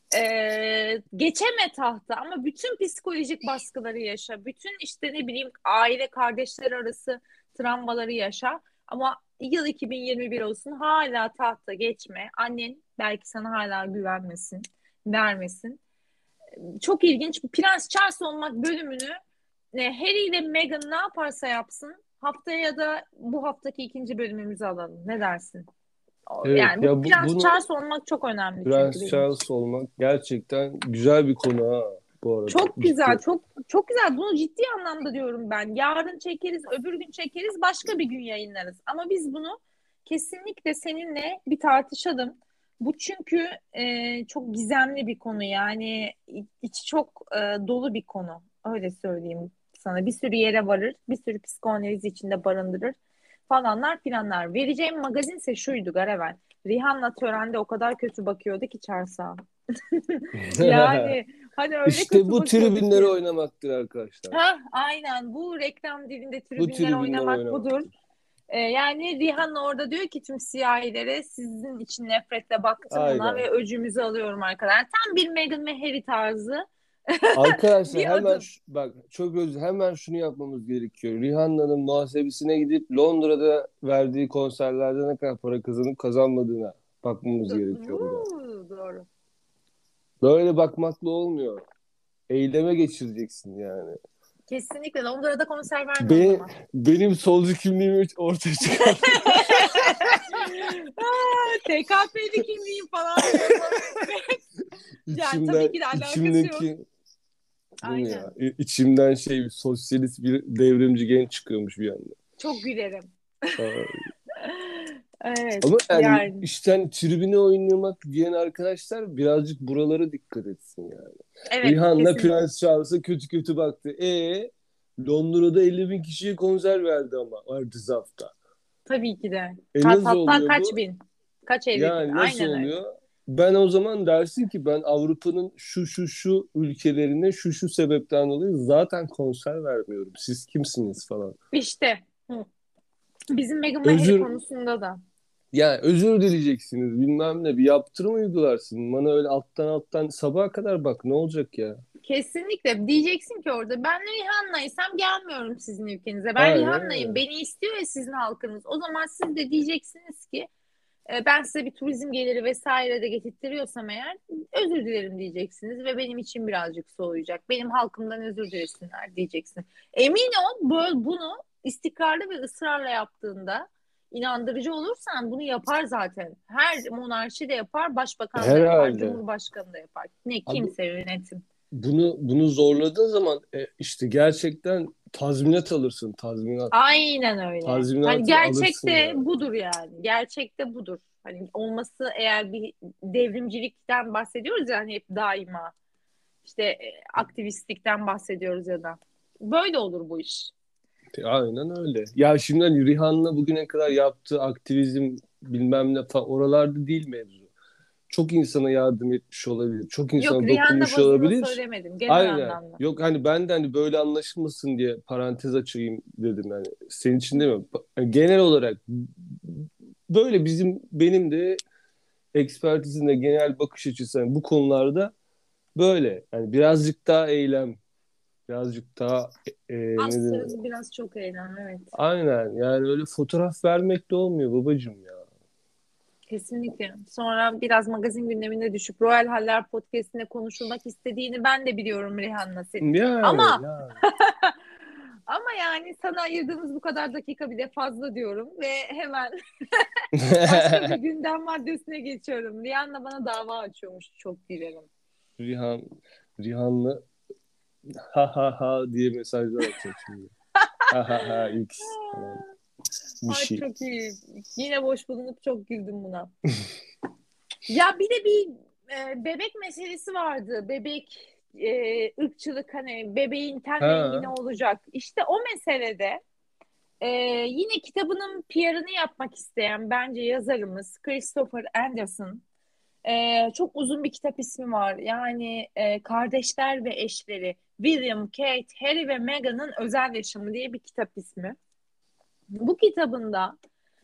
e, geçeme tahta ama bütün psikolojik baskıları yaşa. Bütün işte ne bileyim aile kardeşler arası travmaları yaşa. Ama yıl iki bin yirmi bir olsun hala tahta geçme. Annen belki sana hala güvenmesin, vermesin. Çok ilginç. Prens Charles olmak bölümünü e, Harry ile Meghan ne yaparsa yapsın haftaya ya da bu haftaki ikinci bölümümüzü alalım. Ne dersin? O- Evet Yani bu ya bu Prens bunu Charles olmak çok önemli çünkü Prens benim için. Charles olmak gerçekten güzel bir konu ha bu arada Çok güzel, ciddi. çok çok güzel. Bunu ciddi anlamda diyorum ben. Yarın çekeriz, öbür gün çekeriz, başka bir gün yayınlarız. Ama biz bunu kesinlikle seninle bir tartışalım. Bu çünkü e, çok gizemli bir konu. Yani içi çok e, dolu bir konu. Öyle söyleyeyim sana. Bir sürü yere varır, bir sürü psikanaliz içinde barındırır falanlar filanlar. Vereceğim magazinse şuydu Garevel. Rihanna törende o kadar kötü bakıyordu ki Charles'a. Yani hani öyle İşte kötü bu bakıyordu tribünleri ki. oynamaktır arkadaşlar. Ha, aynen bu reklam dilinde Bu tribünler tribünleri oynamak budur. oynamaktır. Ee, yani Rihanna orada diyor ki tüm siyahilere sizin için nefretle baktım ona Aynen. ve öcümüzü alıyorum arkadan. Tam bir Meghan ve Harry tarzı Arkadaşlar bir hemen adım. şu- bak çok özür hemen şunu yapmamız gerekiyor. Rihanna'nın muhasebesine gidip Londra'da verdiği konserlerde ne kadar para kazanıp kazanmadığına bakmamız gerekiyor burada. Vuu, doğru. Böyle bakmakla olmuyor. Eyleme geçireceksin yani. Kesinlikle. Londra'da konser verme o Be zaman. benim solcu kimliğimi ortaya çıkar. T K P'li kimliğim falan diye yapalım. Yani tabii İçimden, ki de alakası yok. içimdeki değil mi ya? Aynen. İ- İçimden şey bir sosyalist bir devrimci genç çıkıyormuş bir anda. Çok gülerim. Aa, Evet ama yani yani. işten tribüne oynamak diyen arkadaşlar birazcık buralara dikkat etsin yani. Evet Rihanna kesinlikle. Prens Charles'a kötü kötü baktı. E Londra'da elli bin kişiye konser verdi ama Artist hafta. Tabii ki de. E Kat, nasıl hatta oluyor kaç bu? bin? Kaç elli bin? Yani nasıl Aynen öyle. oluyor? Ben o zaman dersin ki ben Avrupa'nın şu şu şu ülkelerine şu şu sebepten dolayı zaten konser vermiyorum. Siz kimsiniz falan. İşte. Hı. Bizim Meghan ve Harry Özür konusunda da. yani özür dileyeceksiniz bilmem ne bir yaptırım uygularsın. Bana öyle alttan alttan sabaha kadar bak ne olacak ya? Kesinlikle. Diyeceksin ki orada ben Rihanna'ysam gelmiyorum sizin ülkenize. Ben Aynen Rihanna'yım. öyle. Beni istiyor ya sizin halkınız. O zaman siz de diyeceksiniz ki e, ben size bir turizm geliri vesaire de getirtiyorsam eğer özür dilerim diyeceksiniz ve benim için birazcık soğuyacak. Benim halkımdan özür dilesinler diyeceksin. Emin ol böyle bunu istikrarlı ve ısrarla yaptığında inandırıcı olursan bunu yapar zaten. Her monarşi de yapar, başbakan da yapar, Herhalde. cumhurbaşkanı da yapar. Ne Abi kimse yönetim. bunu bunu zorladığın zaman e, işte gerçekten tazminat alırsın. Tazminat. Aynen öyle. Hani Tazminatı alırsın gerçekte yani. budur yani. Gerçekte budur. Hani olması eğer bir devrimcilikten bahsediyoruz yani hep daima. İşte e, aktivistlikten bahsediyoruz ya da. Böyle olur bu iş. Aynen öyle. Ya şimdi hani Rihanna bugüne kadar yaptığı aktivizm bilmem ne falan oralarda değil mevzu. Çok insana yardım etmiş olabilir. Çok Yok insana Rihanna dokunmuş bazında olabilir. söylemedim. Genel Aynen. anlamda. Yok hani ben de hani böyle anlaşılmasın diye parantez açayım dedim yani. Senin için demiyorum. Yani genel olarak böyle bizim benim de ekspertizimle genel bakış açısı yani bu konularda böyle. Yani birazcık daha eylem, birazcık daha e, e, ne Az denir? söz biraz çok eğlen evet. Aynen yani öyle fotoğraf vermek de olmuyor babacığım ya. Kesinlikle. Sonra biraz magazin gündemine düşüp Royal Haller podcast'inde konuşulmak istediğini ben de biliyorum Rihanna senin. Yani Ama yani. ama yani sana ayırdığımız bu kadar dakika bile fazla diyorum ve hemen başka bir gündem maddesine geçiyorum. Rihanna bana dava açıyormuş. Çok gülerim. Rihan, Rihanna ha ha ha diye mesajlar atacak şimdi. Ha ha ha X falan bir Ay şey. çok iyi. Yine boş bulunup çok güldüm buna. Ya bir de bir e, bebek meselesi vardı. Bebek e, ırkçılık hani bebeğin ten rengi ne Ha olacak? İşte o meselede e, yine kitabının P R'ını yapmak isteyen bence yazarımız Christopher Anderson e, çok uzun bir kitap ismi var. Yani e, Kardeşler ve Eşleri William, Kate, Harry ve Meghan'ın özel yaşamı diye bir kitap ismi. Bu kitabında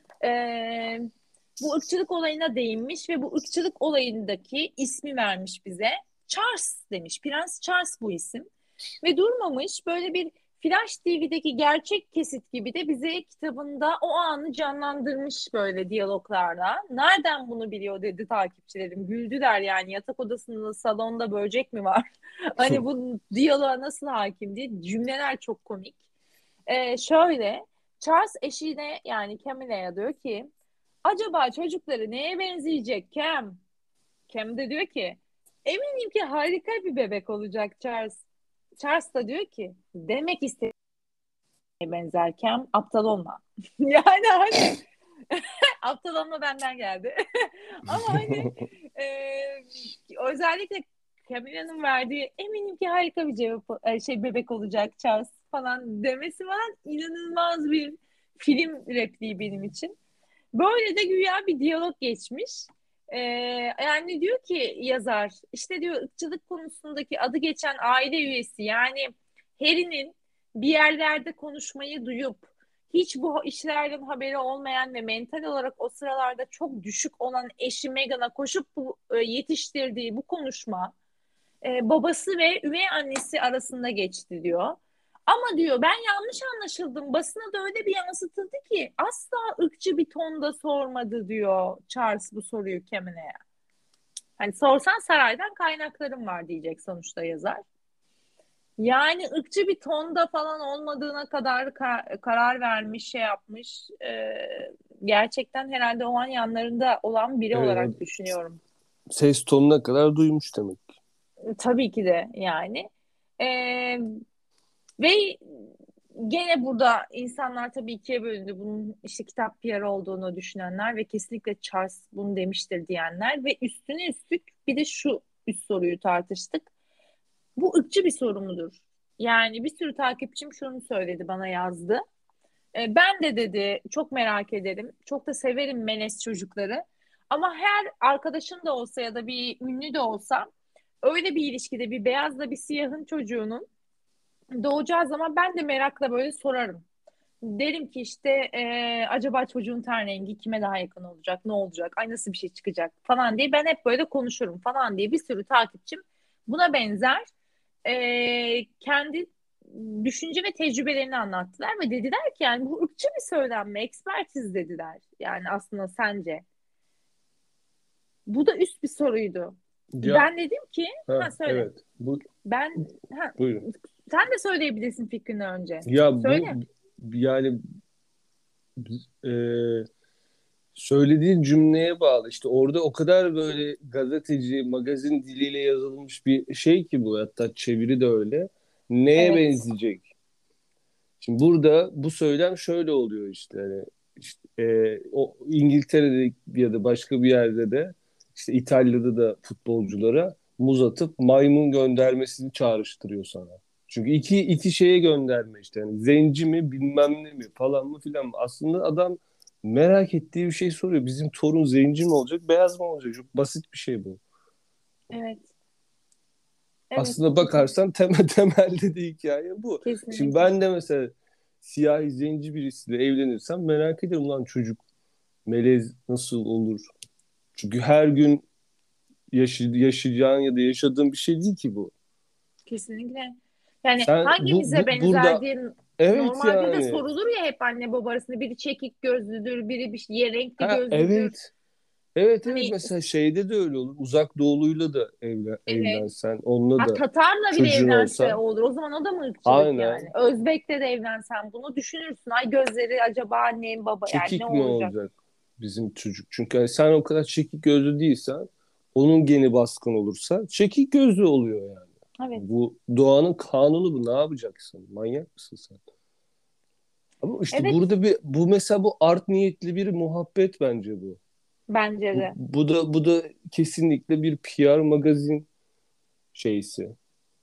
e, bu ırkçılık olayına değinmiş ve bu ırkçılık olayındaki ismi vermiş bize. Charles demiş. Prens Charles bu isim. Ve durmamış böyle bir Flash T V'deki gerçek kesit gibi de bize kitabında o anı canlandırmış böyle diyaloglarla. Nereden bunu biliyor dedi takipçilerim. Güldüler yani yatak odasında salonda böcek mi var? Hani bu diyaloğa nasıl hakim diye cümleler çok komik. Ee, şöyle Charles eşine yani Camilla'ya diyor ki acaba çocukları neye benzeyecek Cam? Cam de diyor ki eminim ki harika bir bebek olacak Charles. Charles da diyor ki demek istediğine benzer Cam aptal olma. Yani hani aptal olma benden geldi. Ama hani e, özellikle Camilla'nın verdiği eminim ki harika bir cevap, e, şey bebek olacak Charles falan demesi falan inanılmaz bir film repliği benim için. Böyle de güya bir diyalog geçmiş. Ee, yani diyor ki yazar işte diyor ırkçılık konusundaki adı geçen aile üyesi yani Harry'nin bir yerlerde konuşmayı duyup hiç bu işlerden haberi olmayan ve mental olarak o sıralarda çok düşük olan eşi Meghan'a koşup bu, e, yetiştirdiği bu konuşma e, babası ve üvey annesi arasında geçti diyor. Ama diyor ben yanlış anlaşıldım. Basına da öyle bir yansıtıldı ki asla ırkçı bir tonda sormadı diyor Charles bu soruyu Camile'ye. Hani sorsan saraydan kaynaklarım var diyecek sonuçta yazar. Yani ırkçı bir tonda falan olmadığına kadar ka- karar vermiş, şey yapmış. Ee, gerçekten herhalde o an yanlarında olan biri Evet, o olarak düşünüyorum. ses tonuna kadar duymuş demek. Tabii ki de yani. Ee, ve gene burada insanlar tabii ikiye bölündü. Bunun işte kitap P R olduğunu düşünenler ve kesinlikle Charles bunu demiştir diyenler ve üstüne üstlük bir de şu üst soruyu tartıştık. Bu ırkçı bir soru mudur? Yani bir sürü takipçim şunu söyledi, bana yazdı. E, ben de dedi çok merak ederim. Çok da severim melez çocukları. Ama her arkadaşım da olsa ya da bir ünlü de olsa öyle bir ilişkide bir beyazla bir siyahın çocuğunun doğacağı zaman ben de merakla böyle sorarım. Derim ki işte e, acaba çocuğun ten rengi kime daha yakın olacak, ne olacak, ay nasıl bir şey çıkacak falan diye ben hep böyle konuşurum falan diye bir sürü takipçim buna benzer e, kendi düşünce ve tecrübelerini anlattılar ve dediler ki yani bu ırkçı bir söylem mi? Ekspertiz dediler. Yani aslında sence? Bu da üst bir soruydu. Ya, Ben dedim ki ha ha, söyle. evet. Bu, Ben ha, buyurun. sen de söyleyebilirsin fikrini önce. Ya bu Söyle. yani e, söylediğin cümleye bağlı. İşte orada o kadar böyle gazeteci, magazin diliyle yazılmış bir şey ki bu. Hatta çeviri de öyle. Neye Evet. benzeyecek? Şimdi burada bu söylem şöyle oluyor işte. Hani işte, e, o İngiltere'de ya da başka bir yerde de işte İtalya'da da futbolculara muz atıp maymun göndermesini çağrıştırıyor sana. Çünkü iki iki şeye gönderme işte. Yani zenci mi bilmem ne mi falan mı filan mı. Aslında adam merak ettiği bir şey soruyor. Bizim torun zenci mi olacak, beyaz mı olacak? Çok basit bir şey bu. Evet. Evet. Aslında bakarsan temel, temelde de hikaye bu. Şimdi Kesinlikle. ben de mesela siyahi zenci birisiyle evlenirsem merak ederim lan çocuk melez nasıl olur? Çünkü her gün yaşı, yaşayacağın ya da yaşadığın bir şey değil ki bu. Kesinlikle. Yani Sen bu, hangimize bu benzer burada diye evet normalde de yani sorulur ya hep anne baba arasında. Biri çekik gözlüdür, biri bir şey, renkli ha gözlüdür. evet evet evet Hani mesela şeyde de öyle olur. Uzak Doğuluyla da evlen, evet. evlensen onunla Ha, da Tatar'la bile çocuğun evlense olsa olur. O zaman o da mı ırkçılık yani? aynen Özbek'le de evlensen bunu düşünürsün. Ay gözleri acaba annem baba yani ne çekik mi olacak? olacak bizim çocuk? Çünkü hani sen o kadar çekik gözlü değilsen, onun geni baskın olursa çekik gözlü oluyor yani. Evet. Bu doğanın kanunu bu. Ne yapacaksın? Manyak mısın sen? Ama işte Evet burada bir bu mesela bu art niyetli bir muhabbet bence bu. bence Bu, de. bu da bu da kesinlikle bir P R magazin şeysi.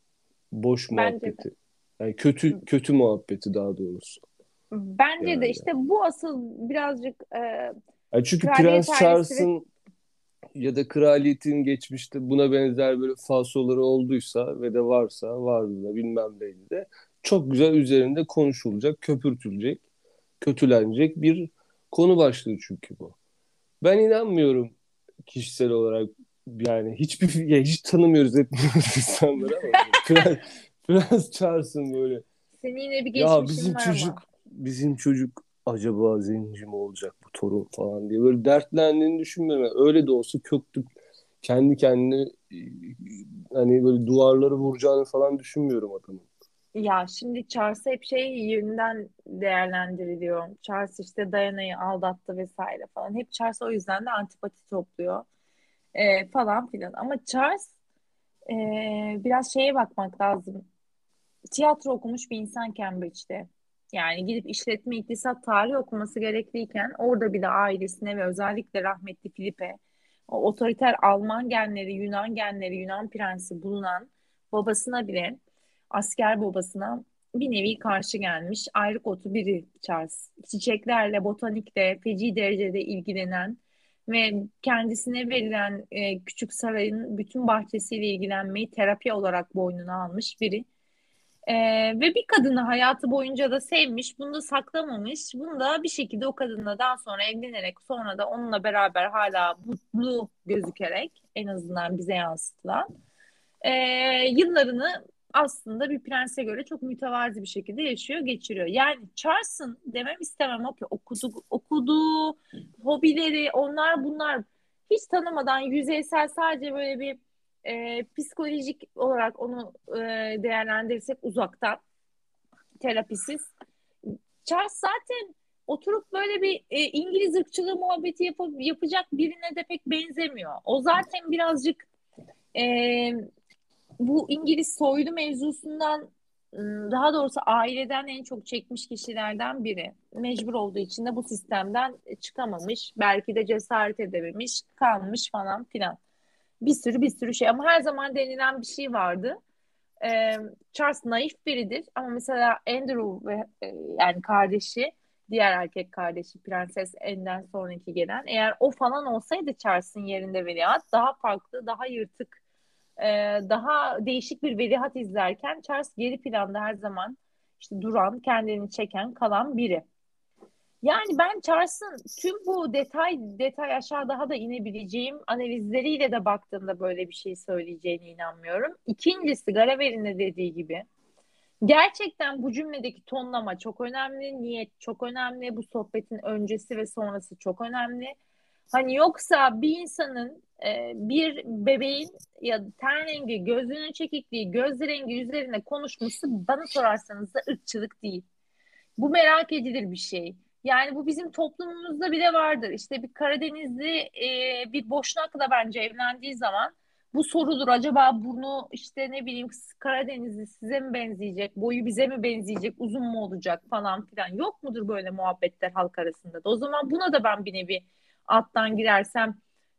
Boş Bence de. muhabbeti. Yani kötü kötü muhabbeti daha doğrusu. Bence de Yani. işte bu asıl birazcık e, Yani çünkü kraliyet Prens ailesi ve Charles'ın ya da kraliyetin geçmişte buna benzer böyle falsoları olduysa ve de varsa vardı da bilmem neydi de çok güzel üzerinde konuşulacak, köpürtülecek, kötülenecek bir konu başlığı çünkü bu. Ben inanmıyorum kişisel olarak yani hiçbir ya hiç tanımıyoruz etmiyoruz insanları ama Prens, Prens Charles'ın böyle senin yine bir ya geçmişin bizim var ama. çocuk bizim çocuk acaba zenci mi olacak bu torun falan diye böyle dertlendiğini düşünmüyorum. Öyle de olsa köklü kendi kendine e, hani böyle duvarları vuracağını falan düşünmüyorum adamın. Ya şimdi Charles hep şey yönünden değerlendiriliyor. Charles işte Diana'yı aldattı vesaire falan. Hep Charles o yüzden de antipati topluyor e, falan filan. Ama Charles e, biraz şeye bakmak lazım. Tiyatro okumuş bir insan Cambridge'de. Yani gidip işletme, iktisat, tarih okuması gerekliyken orada bile ailesine ve özellikle rahmetli Filipe o otoriter Alman genleri, Yunan genleri, Yunan prensi bulunan babasına bile asker babasına bir nevi karşı gelmiş. Ayrık otu biri Charles. Çiçeklerle, botanikle feci derecede ilgilenen ve kendisine verilen e, küçük sarayın bütün bahçesiyle ilgilenmeyi terapi olarak boynuna almış biri. Ee, ve bir kadını hayatı boyunca da sevmiş, bunu da saklamamış. Bunu da bir şekilde o kadınla daha sonra evlenerek, sonra da onunla beraber hala mutlu gözükerek en azından bize yansıtılan ee, yıllarını aslında bir prense göre çok mütevazi bir şekilde yaşıyor, geçiriyor. Yani Charles'ın demem istemem o ki okudu, okuduğu hobileri, onlar bunlar hiç tanımadan yüzeysel sadece böyle bir e, psikolojik olarak onu e, değerlendirirsek uzaktan terapisiz. Charles zaten oturup böyle bir e, İngiliz ırkçılığı muhabbeti yap yapacak birine de pek benzemiyor. O zaten birazcık e, bu İngiliz soylu mevzusundan ım, daha doğrusu aileden en çok çekmiş kişilerden biri. Mecbur olduğu için de bu sistemden çıkamamış. Belki de cesaret edememiş, kalmış falan filan. Bir sürü bir sürü şey ama her zaman denilen bir şey vardı. Ee, Charles naif biridir ama mesela Andrew ve e, yani kardeşi, diğer erkek kardeşi Prenses Anne'den sonraki gelen, eğer o falan olsaydı Charles'ın yerinde veliaht daha farklı, daha yırtık, e, daha değişik bir veliaht izlerken Charles geri planda her zaman işte duran, kendini çeken, kalan biri. Yani ben Charles'ın tüm bu detay detay aşağı daha da inebileceğim analizleriyle de baktığımda böyle bir şey söyleyeceğine inanmıyorum. İkincisi Garavel'in de dediği gibi gerçekten bu cümledeki tonlama çok önemli, niyet çok önemli, bu sohbetin öncesi ve sonrası çok önemli. Hani yoksa bir insanın e, bir bebeğin ya ten rengi, gözünün çekikliği, göz rengi üzerine konuşması bana sorarsanız da ırkçılık değil. Bu merak edilir bir şey. Yani bu bizim toplumumuzda bile vardır. İşte bir Karadenizli e, bir Boşnak'la bence evlendiği zaman bu sorulur. Acaba burnu işte ne bileyim Karadenizli size mi benzeyecek, boyu bize mi benzeyecek, uzun mu olacak falan filan. Yok mudur böyle muhabbetler halk arasında da? O zaman buna da ben bir nevi alttan girersem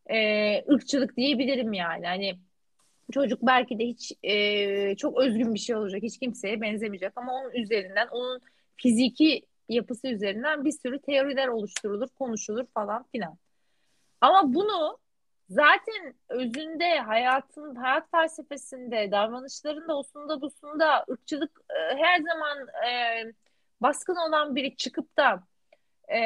e, ırkçılık diyebilirim yani. Hani çocuk belki de hiç e, çok özgün bir şey olacak. Hiç kimseye benzemeyecek ama onun üzerinden, onun fiziki yapısı üzerinden bir sürü teoriler oluşturulur, konuşulur falan filan. Ama bunu zaten özünde, hayatın, hayat felsefesinde, davranışlarında, osunda, busunda ırkçılık e, her zaman e, baskın olan biri çıkıp da e,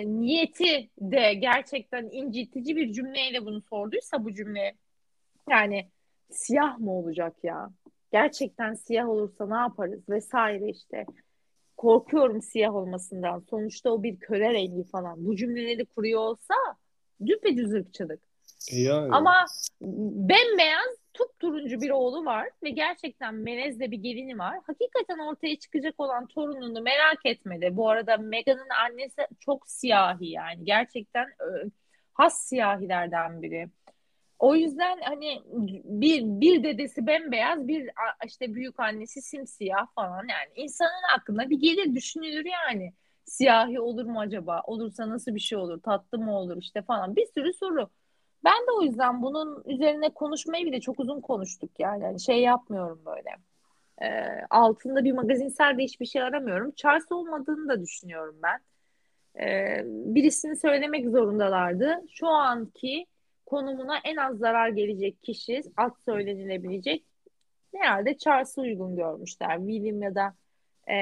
niyeti de gerçekten incitici bir cümleyle bunu sorduysa bu cümle yani siyah mı olacak ya? Gerçekten siyah olursa ne yaparız vesaire işte. Korkuyorum siyah olmasından. Sonuçta o bir köle rengi falan. Bu cümleleri kuruyor olsa düpedüz ırkçılık. E yani. Ama bembeyaz turuncu bir oğlu var ve gerçekten melezde bir gelini var. Hakikaten ortaya çıkacak olan torununu merak etmedi. Bu arada Meghan'ın annesi çok siyahi yani. Gerçekten e, has siyahilerden biri. O yüzden hani bir bir dedesi bembeyaz, bir a- işte büyük annesi simsiyah falan yani insanın aklına bir gelir düşünülür yani. Siyahi olur mu acaba? Olursa nasıl bir şey olur? Tatlı mı olur işte falan. Bir sürü soru. Ben de o yüzden bunun üzerine konuşmayı bile çok uzun konuştuk yani. Hani şey yapmıyorum böyle. Ee, altında bir magazinsel de hiçbir şey aramıyorum. Charles olmadığını da düşünüyorum ben. Ee, birisini söylemek zorundalardı. Şu anki konumuna en az zarar gelecek kişi, ad söylenilebilecek herhalde Charles'ı uygun görmüşler. William ya da e,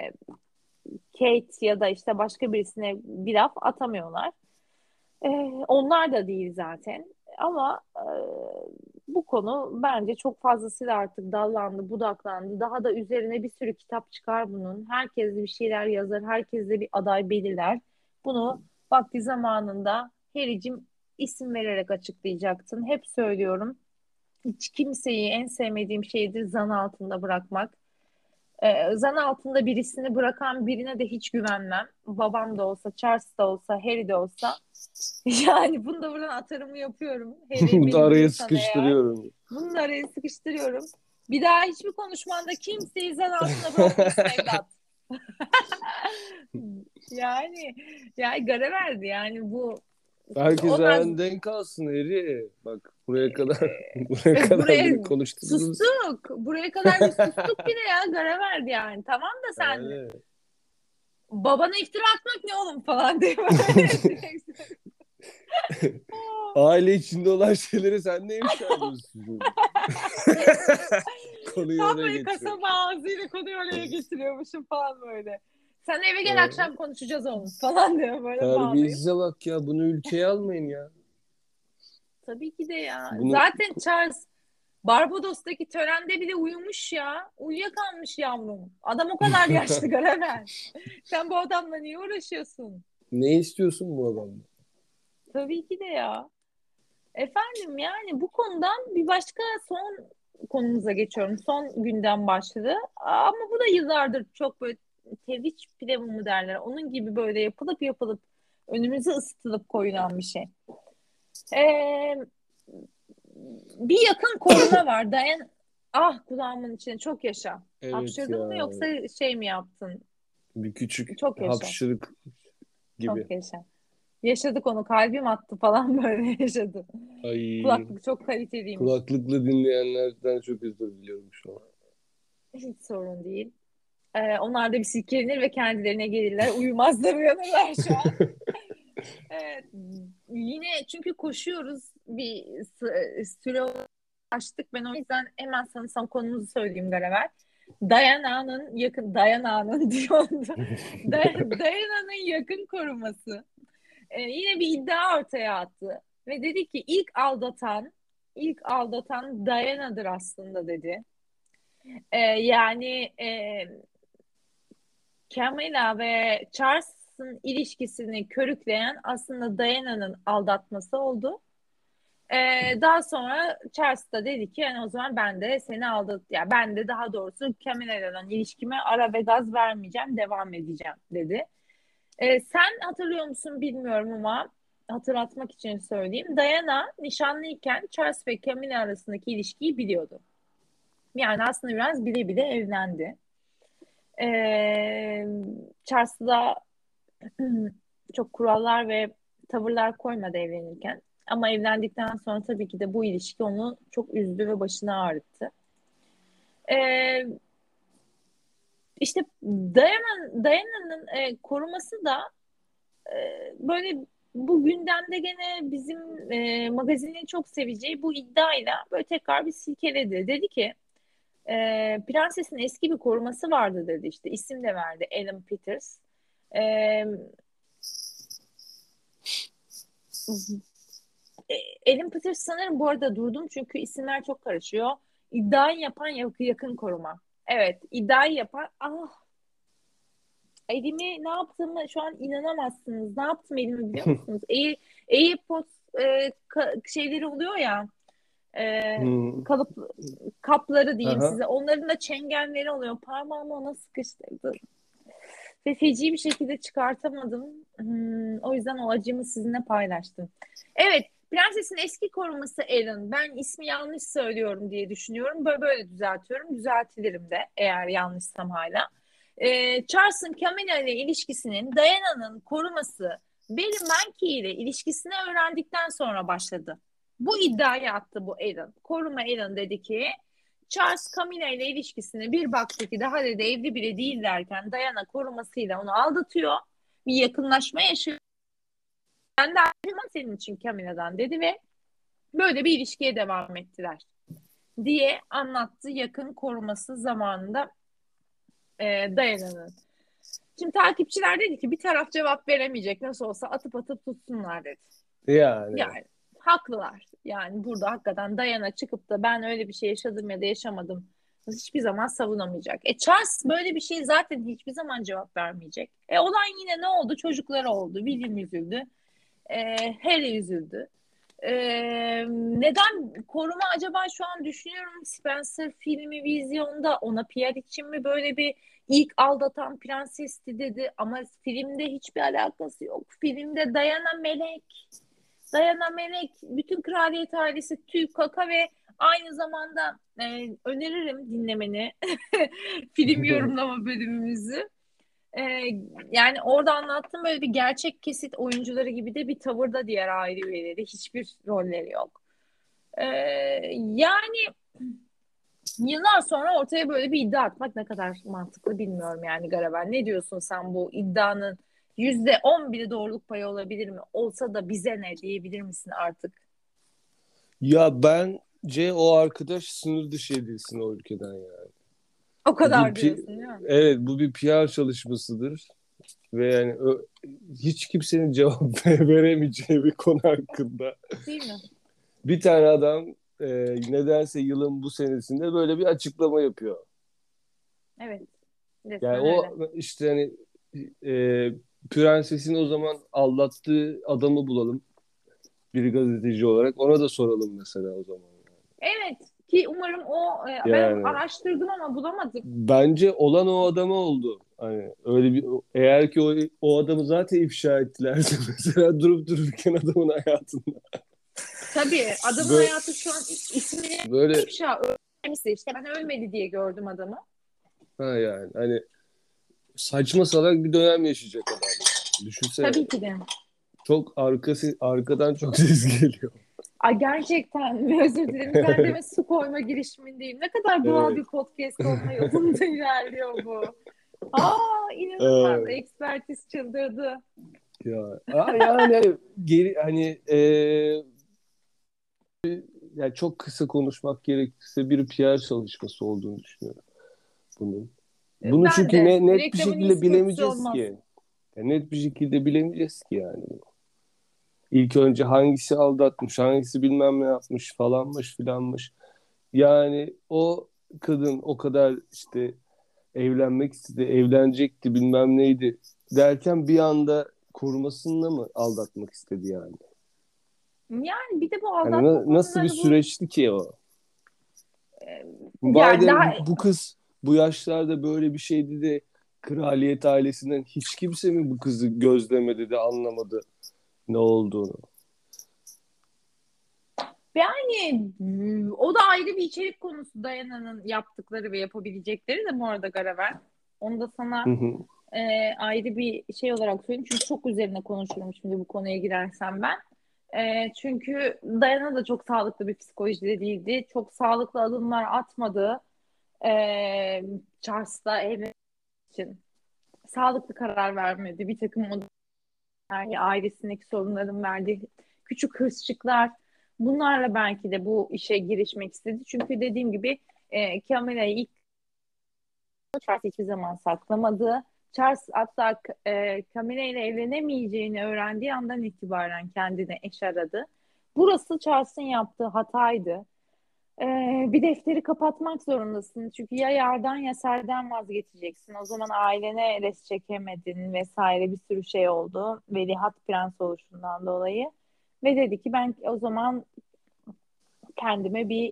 Kate ya da işte başka birisine bir laf atamıyorlar. E, onlar da değil zaten. Ama e, bu konu bence çok fazlasıyla artık dallandı, budaklandı. Daha da üzerine bir sürü kitap çıkar bunun. Herkes de bir şeyler yazar, herkes de bir aday belirler. Bunu vakti zamanında Harry'cim isim vererek açıklayacaktın. Hep söylüyorum. Hiç kimseyi en sevmediğim şeydir zan altında bırakmak. Ee, zan altında birisini bırakan birine de hiç güvenmem. Babam da olsa, Charles da olsa, Harry de olsa. Yani bunu da buradan atarımı yapıyorum. Harry Bunu da beni araya duyuyorsan eğer. sıkıştırıyorum. Bunu da araya sıkıştırıyorum. Bir daha hiçbir konuşmanda kimseyi zan altında bırakmıyorsun evlat. Yani yani gara verdi yani bu Herkes o tarz ayağını denk alsın Eri. Bak buraya kadar buraya kadar buraya beni konuşturdunuz. sustuk. Buraya kadar bir sustuk bile ya gara verdi yani. Tamam da sen Yani. babana iftira atmak ne oğlum falan diye böyle direkt. Aile içinde olan şeyleri sen ne ifşa ediyorsun? Konuyu Tam oraya böyle getiriyorum. kasaba ağzıyla konuyu oraya getiriyormuşum falan böyle. Sen eve gel Ee, akşam konuşacağız oğlum falan diyor böyle bağlayıp. terbiyesize bak ya. Bunu ülkeye almayın ya. Tabii ki de ya. Bunu Zaten Charles Barbados'taki törende bile uyumuş ya. Uyuyakalmış yavrum. Adam o kadar yaşlı Garavel. Sen bu adamla niye uğraşıyorsun? ne istiyorsun bu adamdan? Tabii ki de ya. Efendim yani bu konudan bir başka son konumuza geçiyorum. Son gündem başlığı. Ama bu da yıllardır çok böyle teviç pilavı mı derler. Onun gibi böyle yapılıp yapılıp önümüze ısıtılıp koyulan bir şey. Ee, Bir yakın koruma var. Dayan ah kulağımın içine çok yaşa. Evet ya. Hapşırdın mı yoksa şey mi yaptın? Bir küçük Çok yaşa. hapşırık gibi. Çok yaşa. Yaşadık onu. Kalbim attı falan böyle yaşadı. Ay, Kulaklık çok kaliteliymiş. kulaklıklı dinleyenlerden çok özür diliyorum şu an. Hiç sorun değil. Ee, onlar da bir silkelenir ve kendilerine gelirler. Uyumazlar, uyanırlar şu an. Evet. Yine çünkü koşuyoruz. Bir s- süre açtık. Ben o yüzden hemen sana son konumuzu söyleyeyim Garaver. Dayana'nın yakın Dayana'nın diyordu. Day- Dayana'nın yakın koruması. Ee, yine bir iddia ortaya attı. Ve dedi ki ilk aldatan ilk aldatan Diana'dır aslında dedi. Ee, yani e, Camilla ve Charles'ın ilişkisini körükleyen aslında Diana'nın aldatması oldu. Ee, daha sonra Charles da dedi ki yani o zaman ben de seni aldat ya ben de daha doğrusu Camilla'yla olan ilişkime ara ve gaz vermeyeceğim, devam edeceğim dedi. Ee, sen hatırlıyor musun bilmiyorum ama hatırlatmak için söyleyeyim. Diana nişanlıyken Charles ve Camilla arasındaki ilişkiyi biliyordu. Yani aslında biraz bile bile evlendi. Ee, Charles da çok kurallar ve tavırlar koymadı evlenirken. Ama evlendikten sonra tabii ki de bu ilişki onu çok üzdü ve başını ağrıttı. Ee, işte Diana, Diana'nın e, koruması da e, böyle bu gündemde gene bizim e, magazinin çok seveceği bu iddiayla böyle tekrar bir silkeledi. Dedi ki e, prensesin eski bir koruması vardı dedi işte isim de verdi Ellen Peters. E, E, Ellen Peters sanırım bu arada durdum çünkü isimler çok karışıyor. İddiayı yapan yakın, yakın koruma. Evet, iddiayı yapan ah elimi ne yaptığımı şu an inanamazsınız. Ne yaptım elimi biliyor musunuz? Air, AirPods e, ka- şeyleri oluyor ya e, Hmm. kalıp kapları diyeyim Aha. size. Onların da çengenleri oluyor. Parmağımı ona sıkıştırdı. Ve feci bir şekilde çıkartamadım. Hmm, o yüzden o acımı sizinle paylaştım. Evet, prensesin eski koruması Ellen. Ben ismi yanlış söylüyorum diye düşünüyorum. Böyle böyle düzeltiyorum. Düzeltilirim de eğer yanlışsam hala. Ee, Charles'ın Camilla ile ilişkisinin Diana'nın koruması Billy Mankey ile ilişkisini öğrendikten sonra başladı. Bu iddiayı attı bu Ellen. Koruma Ellen dedi ki Charles Camilla ile ilişkisini bir baktı ki daha dedi evli bile değillerken Diana korumasıyla onu aldatıyor. Bir yakınlaşma yaşıyor. Ben de ayrılmam senin için Camilla'dan dedi ve böyle bir ilişkiye devam ettiler diye anlattı yakın koruması zamanında e, Diana'nın. Şimdi takipçiler dedi ki bir taraf cevap veremeyecek nasıl olsa atıp atıp tutsunlar dedi. Yani. Yani haklılar. Yani burada hakikaten Diana çıkıp da ben öyle bir şey yaşadım ya da yaşamadım hiçbir zaman savunamayacak. E Charles böyle bir şey zaten hiçbir zaman cevap vermeyecek. E olay yine ne oldu? Çocukları oldu. William üzüldü. E, Harry üzüldü. E, Neden koruma acaba şu an düşünüyorum Spencer filmi vizyonda ona P R için mi böyle bir ilk aldatan prensesti dedi ama filmde hiçbir alakası yok. Filmde Diana melek. Diana Melek, bütün kraliyet ailesi tüy, kaka ve aynı zamanda e, öneririm dinlemeni film yorumlama bölümümüzü. E, Yani orada anlattığım böyle bir gerçek kesit oyuncuları gibi de bir tavırda diğer aile üyeleri. Hiçbir rolleri yok. E, Yani yıllar sonra ortaya böyle bir iddia atmak ne kadar mantıklı bilmiyorum yani Garabel. Ne diyorsun sen bu iddianın yüzde on biri doğruluk payı olabilir mi? Olsa da bize ne diyebilir misin artık? Ya bence o arkadaş sınır dışı edilsin o ülkeden yani. O Bu bir kadar pi- diyorsun değil mi? evet, bu bir P R çalışmasıdır ve yani ö- hiç kimsenin cevap veremeyeceği bir konu hakkında Değil mi? bir tane adam e, nedense yılın bu senesinde böyle bir açıklama yapıyor. Evet. Yani Resmen o öyle. işte hani e, prensesin o zaman aldattığı adamı bulalım. bir gazeteci olarak ona da soralım mesela o zaman. Evet ki umarım o e, ben Yani araştırdım ama bulamadım. bence olan o adama oldu. Hani öyle bir eğer ki o, o adamı zaten ifşa ettilerse mesela durup dururken adamın hayatında Tabii adamın böyle hayatı şu an ismini böyle ifşa ölmüştü işte ben ölmedi diye gördüm adamı. ha yani hani saçma salak bir dönem yaşayacak adam. Düşünsene. Tabii ki de. Çok arkası arkadan çok ses geliyor. Ay gerçekten özür dilerim. Kendime su koyma girişimindeyim. Ne kadar doğal Evet. bir podcast olma yolunda ilerliyor bu. Aa inanılmaz. Ee, Ekspertiz çıldırdı. ya aa, yani geri hani e, yani çok kısa konuşmak gerekirse bir P R çalışması olduğunu düşünüyorum bunun. Bunu Ben çünkü de. ne, net bir Reklamın şekilde iyisi kötüsü bilemeyeceğiz olmaz. ki. Yani net bir şekilde bilemeyeceğiz ki yani. İlk önce hangisi aldatmış, hangisi bilmem ne yapmış falanmış filanmış. Yani o kadın o kadar işte evlenmek istedi, evlenecekti bilmem neydi derken bir anda korumasında mı aldatmak istedi yani? Yani bir de bu Hani aldatma na- nasıl bir konuları bu süreçti ki o? e, yani Madem daha bu, bu kız bu yaşlarda böyle bir şeydi de kraliyet ailesinden hiç kimse mi bu kızı gözlemedi de anlamadı ne olduğunu? yani mm, o da ayrı bir içerik konusu Dayana'nın yaptıkları ve yapabilecekleri de bu arada Garavel. Onu da Hı sana hı. e, ayrı bir şey olarak söyleyeyim. Çünkü çok üzerine konuşurum şimdi bu konuya girersem ben. E, çünkü Dayana da çok sağlıklı bir psikolojide değildi. Çok sağlıklı adımlar atmadı. E, Charles'la evlenmek için. Sağlıklı karar vermedi. Bir takım yani ailesindeki sorunların verdiği küçük hırsçıklar bunlarla belki de bu işe girişmek istedi. Çünkü dediğim gibi e, Camilla'yı ilk Charles hiçbir zaman saklamadı. Charles hatta e, Camilla ile evlenemeyeceğini öğrendiği andan itibaren kendine eş aradı. Burası Charles'ın yaptığı hataydı. E, Bir defteri kapatmak zorundasın. Çünkü ya yardan ya serden vazgeçeceksin. O zaman ailene res çekemedin vesaire bir sürü şey oldu. Veliaht prens oluşundan dolayı. Ve dedi ki ben o zaman kendime bir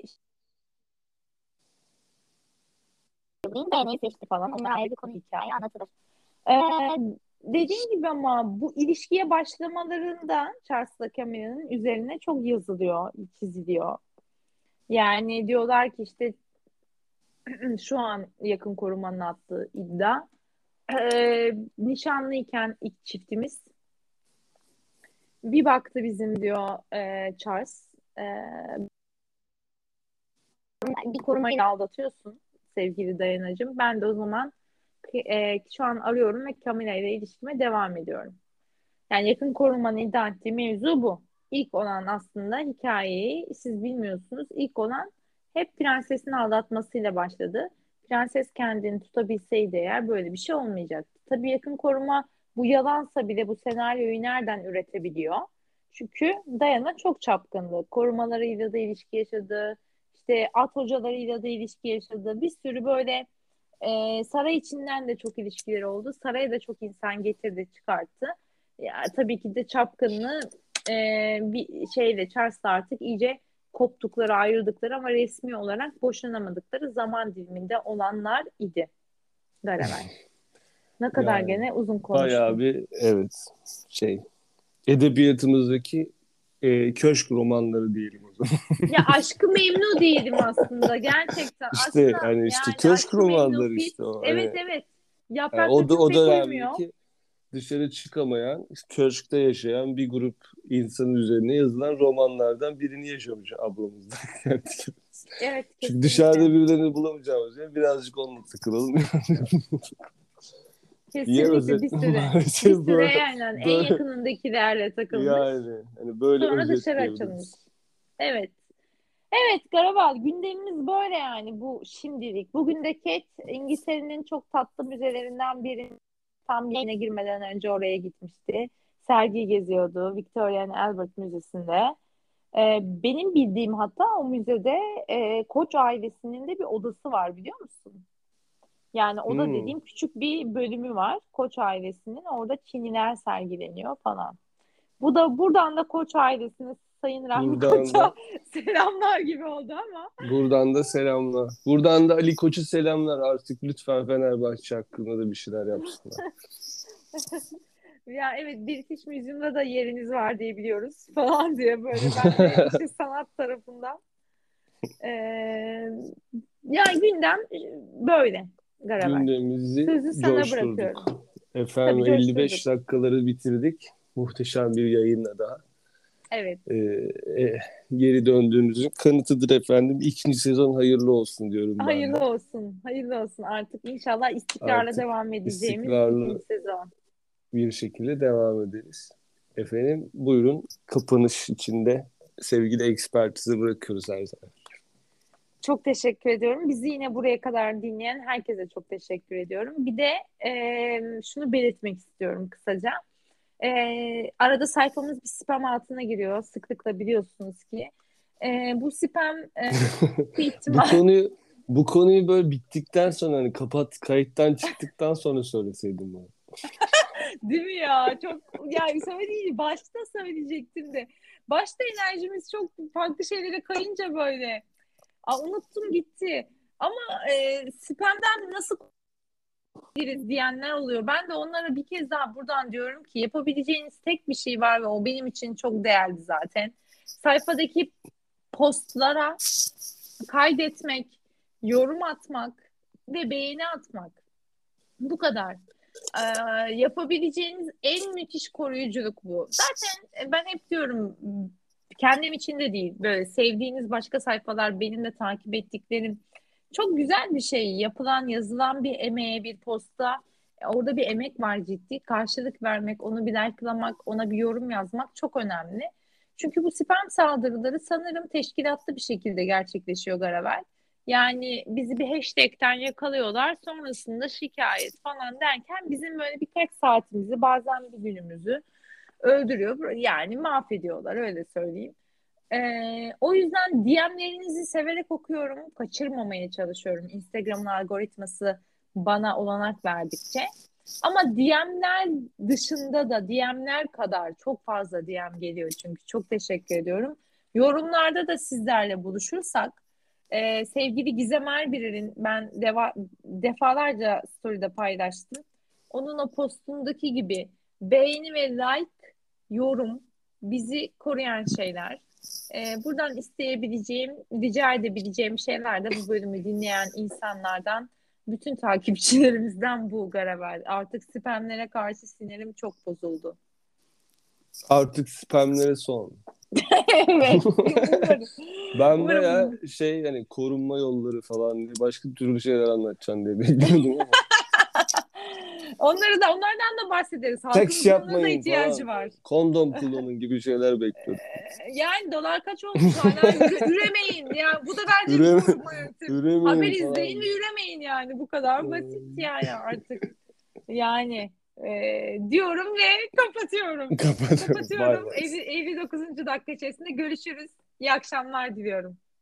beğeni seçti falan. Onlar ayrı bir konu hikaye anlatılır. Ee, Dediğim gibi ama bu ilişkiye başlamalarında Charles'la Camilla'nın üzerine çok yazılıyor, çiziliyor. Yani diyorlar ki işte şu an yakın korumanın attığı iddia. Ee, nişanlıyken ilk çiftimiz bir baktı bizim diyor e, Charles e, bir korumayla aldatıyorsun sevgili Dayanacığım. Ben de o zaman e, şu an arıyorum ve Camilla ile ilişkime devam ediyorum. Yani yakın korumanın iddia ettiği mevzu bu. İlk olan aslında hikayeyi siz bilmiyorsunuz. İlk olan hep prensesin aldatmasıyla başladı. Prenses kendini tutabilseydi eğer böyle bir şey olmayacaktı. Tabii yakın koruma bu yalansa bile bu senaryoyu nereden üretebiliyor? Çünkü Diana çok çapkındı. Korumalarıyla da ilişki yaşadı. İşte at hocalarıyla da ilişki yaşadı. Bir sürü böyle e, saray içinden de çok ilişkileri oldu. Saraya da çok insan getirdi, çıkarttı. Ya, tabii ki de çapkınlığı e, bir şeyle Charles'la artık iyice koptukları, ayrıldıkları ama resmi olarak boşanamadıkları zaman diliminde olanlar idi Garavel. Ne kadar Yani gene uzun bayağı konuştum. bir evet şey edebiyatımızdaki e, köşk romanları diyelim o zaman. Ya Aşk-ı Memnu değilim aslında gerçekten. İşte Aslında hani işte yani köşk Aşk-ı Memnu romanları fit. işte o Evet hani evet. yani Yaprak o da dökümü o pek uymuyor. dönemdeki dışarı çıkamayan, işte köşkte yaşayan bir grup insanın üzerine yazılan romanlardan birini yaşamış ablamız da. Evet Çünkü dışarıda kesinlikle. birilerini bulamayacağımız yer birazcık onunla takılalım. diye Kesinlikle özet bir süre. Bir maalesef süre böyle, yani en böyle yakınındakilerle takılmış. yani hani böyle Sonra dışarı açılmış. özetleyebiliriz. Evet. Evet Garabal gündemimiz böyle yani bu şimdilik. Bugün de Kate İngiltere'nin çok tatlı müzelerinden biri tam yayına girmeden önce oraya gitmişti. Sergi geziyordu Victoria and Albert Müzesi'nde. Ee, benim bildiğim hatta o müzede e, Koç ailesinin de bir odası var biliyor musun? Yani oda Hmm. dediğim küçük bir bölümü var. Koç ailesinin orada çiniler sergileniyor falan. Bu da buradan da Koç ailesine Sayın Rahmi Buradan Koç'a da selamlar gibi oldu ama. buradan da selamlar. Buradan da Ali Koç'u selamlar. Artık lütfen Fenerbahçe hakkında da bir şeyler yapsınlar. Ya evet, British Museum'da da yeriniz var diye biliyoruz falan diye böyle ben de işin sanat tarafından. Ee, yani gündem böyle Garaver. Gündemimizi Sözü sana bırakıyorum. coşturduk. Tabii Efendim elli beş coşturduk. dakikaları bitirdik. Muhteşem bir yayınla daha. Evet. Ee, e, geri döndüğümüzün kanıtıdır efendim. İkinci sezon hayırlı olsun diyorum ben Hayırlı de. olsun. Hayırlı olsun. Artık inşallah istikrarla Artık devam edeceğimiz istikrarlı ikinci sezon. bir şekilde devam ederiz. Efendim buyurun kapanış içinde sevgili ekspertize bırakıyoruz her zaman. Çok teşekkür ediyorum. Bizi yine buraya kadar dinleyen herkese çok teşekkür ediyorum. Bir de e, şunu belirtmek istiyorum kısaca. E, arada sayfamız bir spam altına giriyor. Sıklıkla biliyorsunuz ki. E, bu spam e, bir Bu ihtimal. konuyu bu konuyu böyle bittikten sonra hani kapat kayıttan çıktıktan sonra söyleseydin bana. Değil mi ya? Çok yani söyleyeyim. Başta söyleyecektim de. Başta enerjimiz çok farklı şeylere kayınca böyle. Aa, unuttum gitti. Ama e, spamden nasıl kurtulabiliriz diyenler oluyor. Ben de onlara bir kez daha buradan diyorum ki yapabileceğiniz tek bir şey var ve o benim için çok değerli zaten. Sayfadaki postlara kaydetmek, yorum atmak ve beğeni atmak. Bu kadar. Ee, yapabileceğiniz en müthiş koruyuculuk bu. Zaten ben hep diyorum, kendim için de değil, böyle sevdiğiniz başka sayfalar, benim de takip ettiklerim, çok güzel bir şey. Yapılan, yazılan bir emeğe, bir posta, orada bir emek var ciddi. Karşılık vermek, onu bir like'lamak, ona bir yorum yazmak çok önemli. Çünkü bu spam saldırıları sanırım teşkilatlı bir şekilde gerçekleşiyor Garavel. Yani bizi bir hashtag'ten yakalıyorlar. Sonrasında şikayet falan derken bizim böyle birkaç saatimizi, bazen bir günümüzü öldürüyor. Yani mahvediyorlar, öyle söyleyeyim. Ee, o yüzden D M'lerinizi severek okuyorum. Kaçırmamaya çalışıyorum. Instagram'ın algoritması bana olanak verdikçe. Ama D M'ler dışında da D M'ler kadar çok fazla D M geliyor çünkü. Çok teşekkür ediyorum. Yorumlarda da sizlerle buluşursak, e, sevgili Gizem Erbirer'in ben deva, defalarca story'de paylaştım. Onun o postundaki gibi beğeni ve like, yorum bizi koruyan şeyler. Ee, buradan isteyebileceğim, rica edebileceğim şeyler de bu bölümü dinleyen insanlardan, bütün takipçilerimizden bu Garavel. Artık spamlere karşı sinirim çok bozuldu. Artık spamlere son. Evet, umarım. Ben bayağı Umarım. şey hani korunma yolları falan diye başka türlü şeyler anlatacaksın diye bekliyordum ama. Onları da onlardan da bahsederiz. Seks Halkımızın ona da yapmayın ihtiyacı falan. var. Kondom kullanın gibi şeyler bekliyordum. Yani dolar kaç olmuş hala, üre- üremeyin. Yani bu da bence bir Üreme, koruma yöntemi. Haber üremeyin izleyin ve falan. üremeyin, yani bu kadar basit Hmm. yani artık. Yani e, diyorum ve kapatıyorum. Kapatıyorum. Bay Kapatıyorum. bay. elli, elli dokuzuncu dakika içerisinde görüşürüz. İyi akşamlar diliyorum.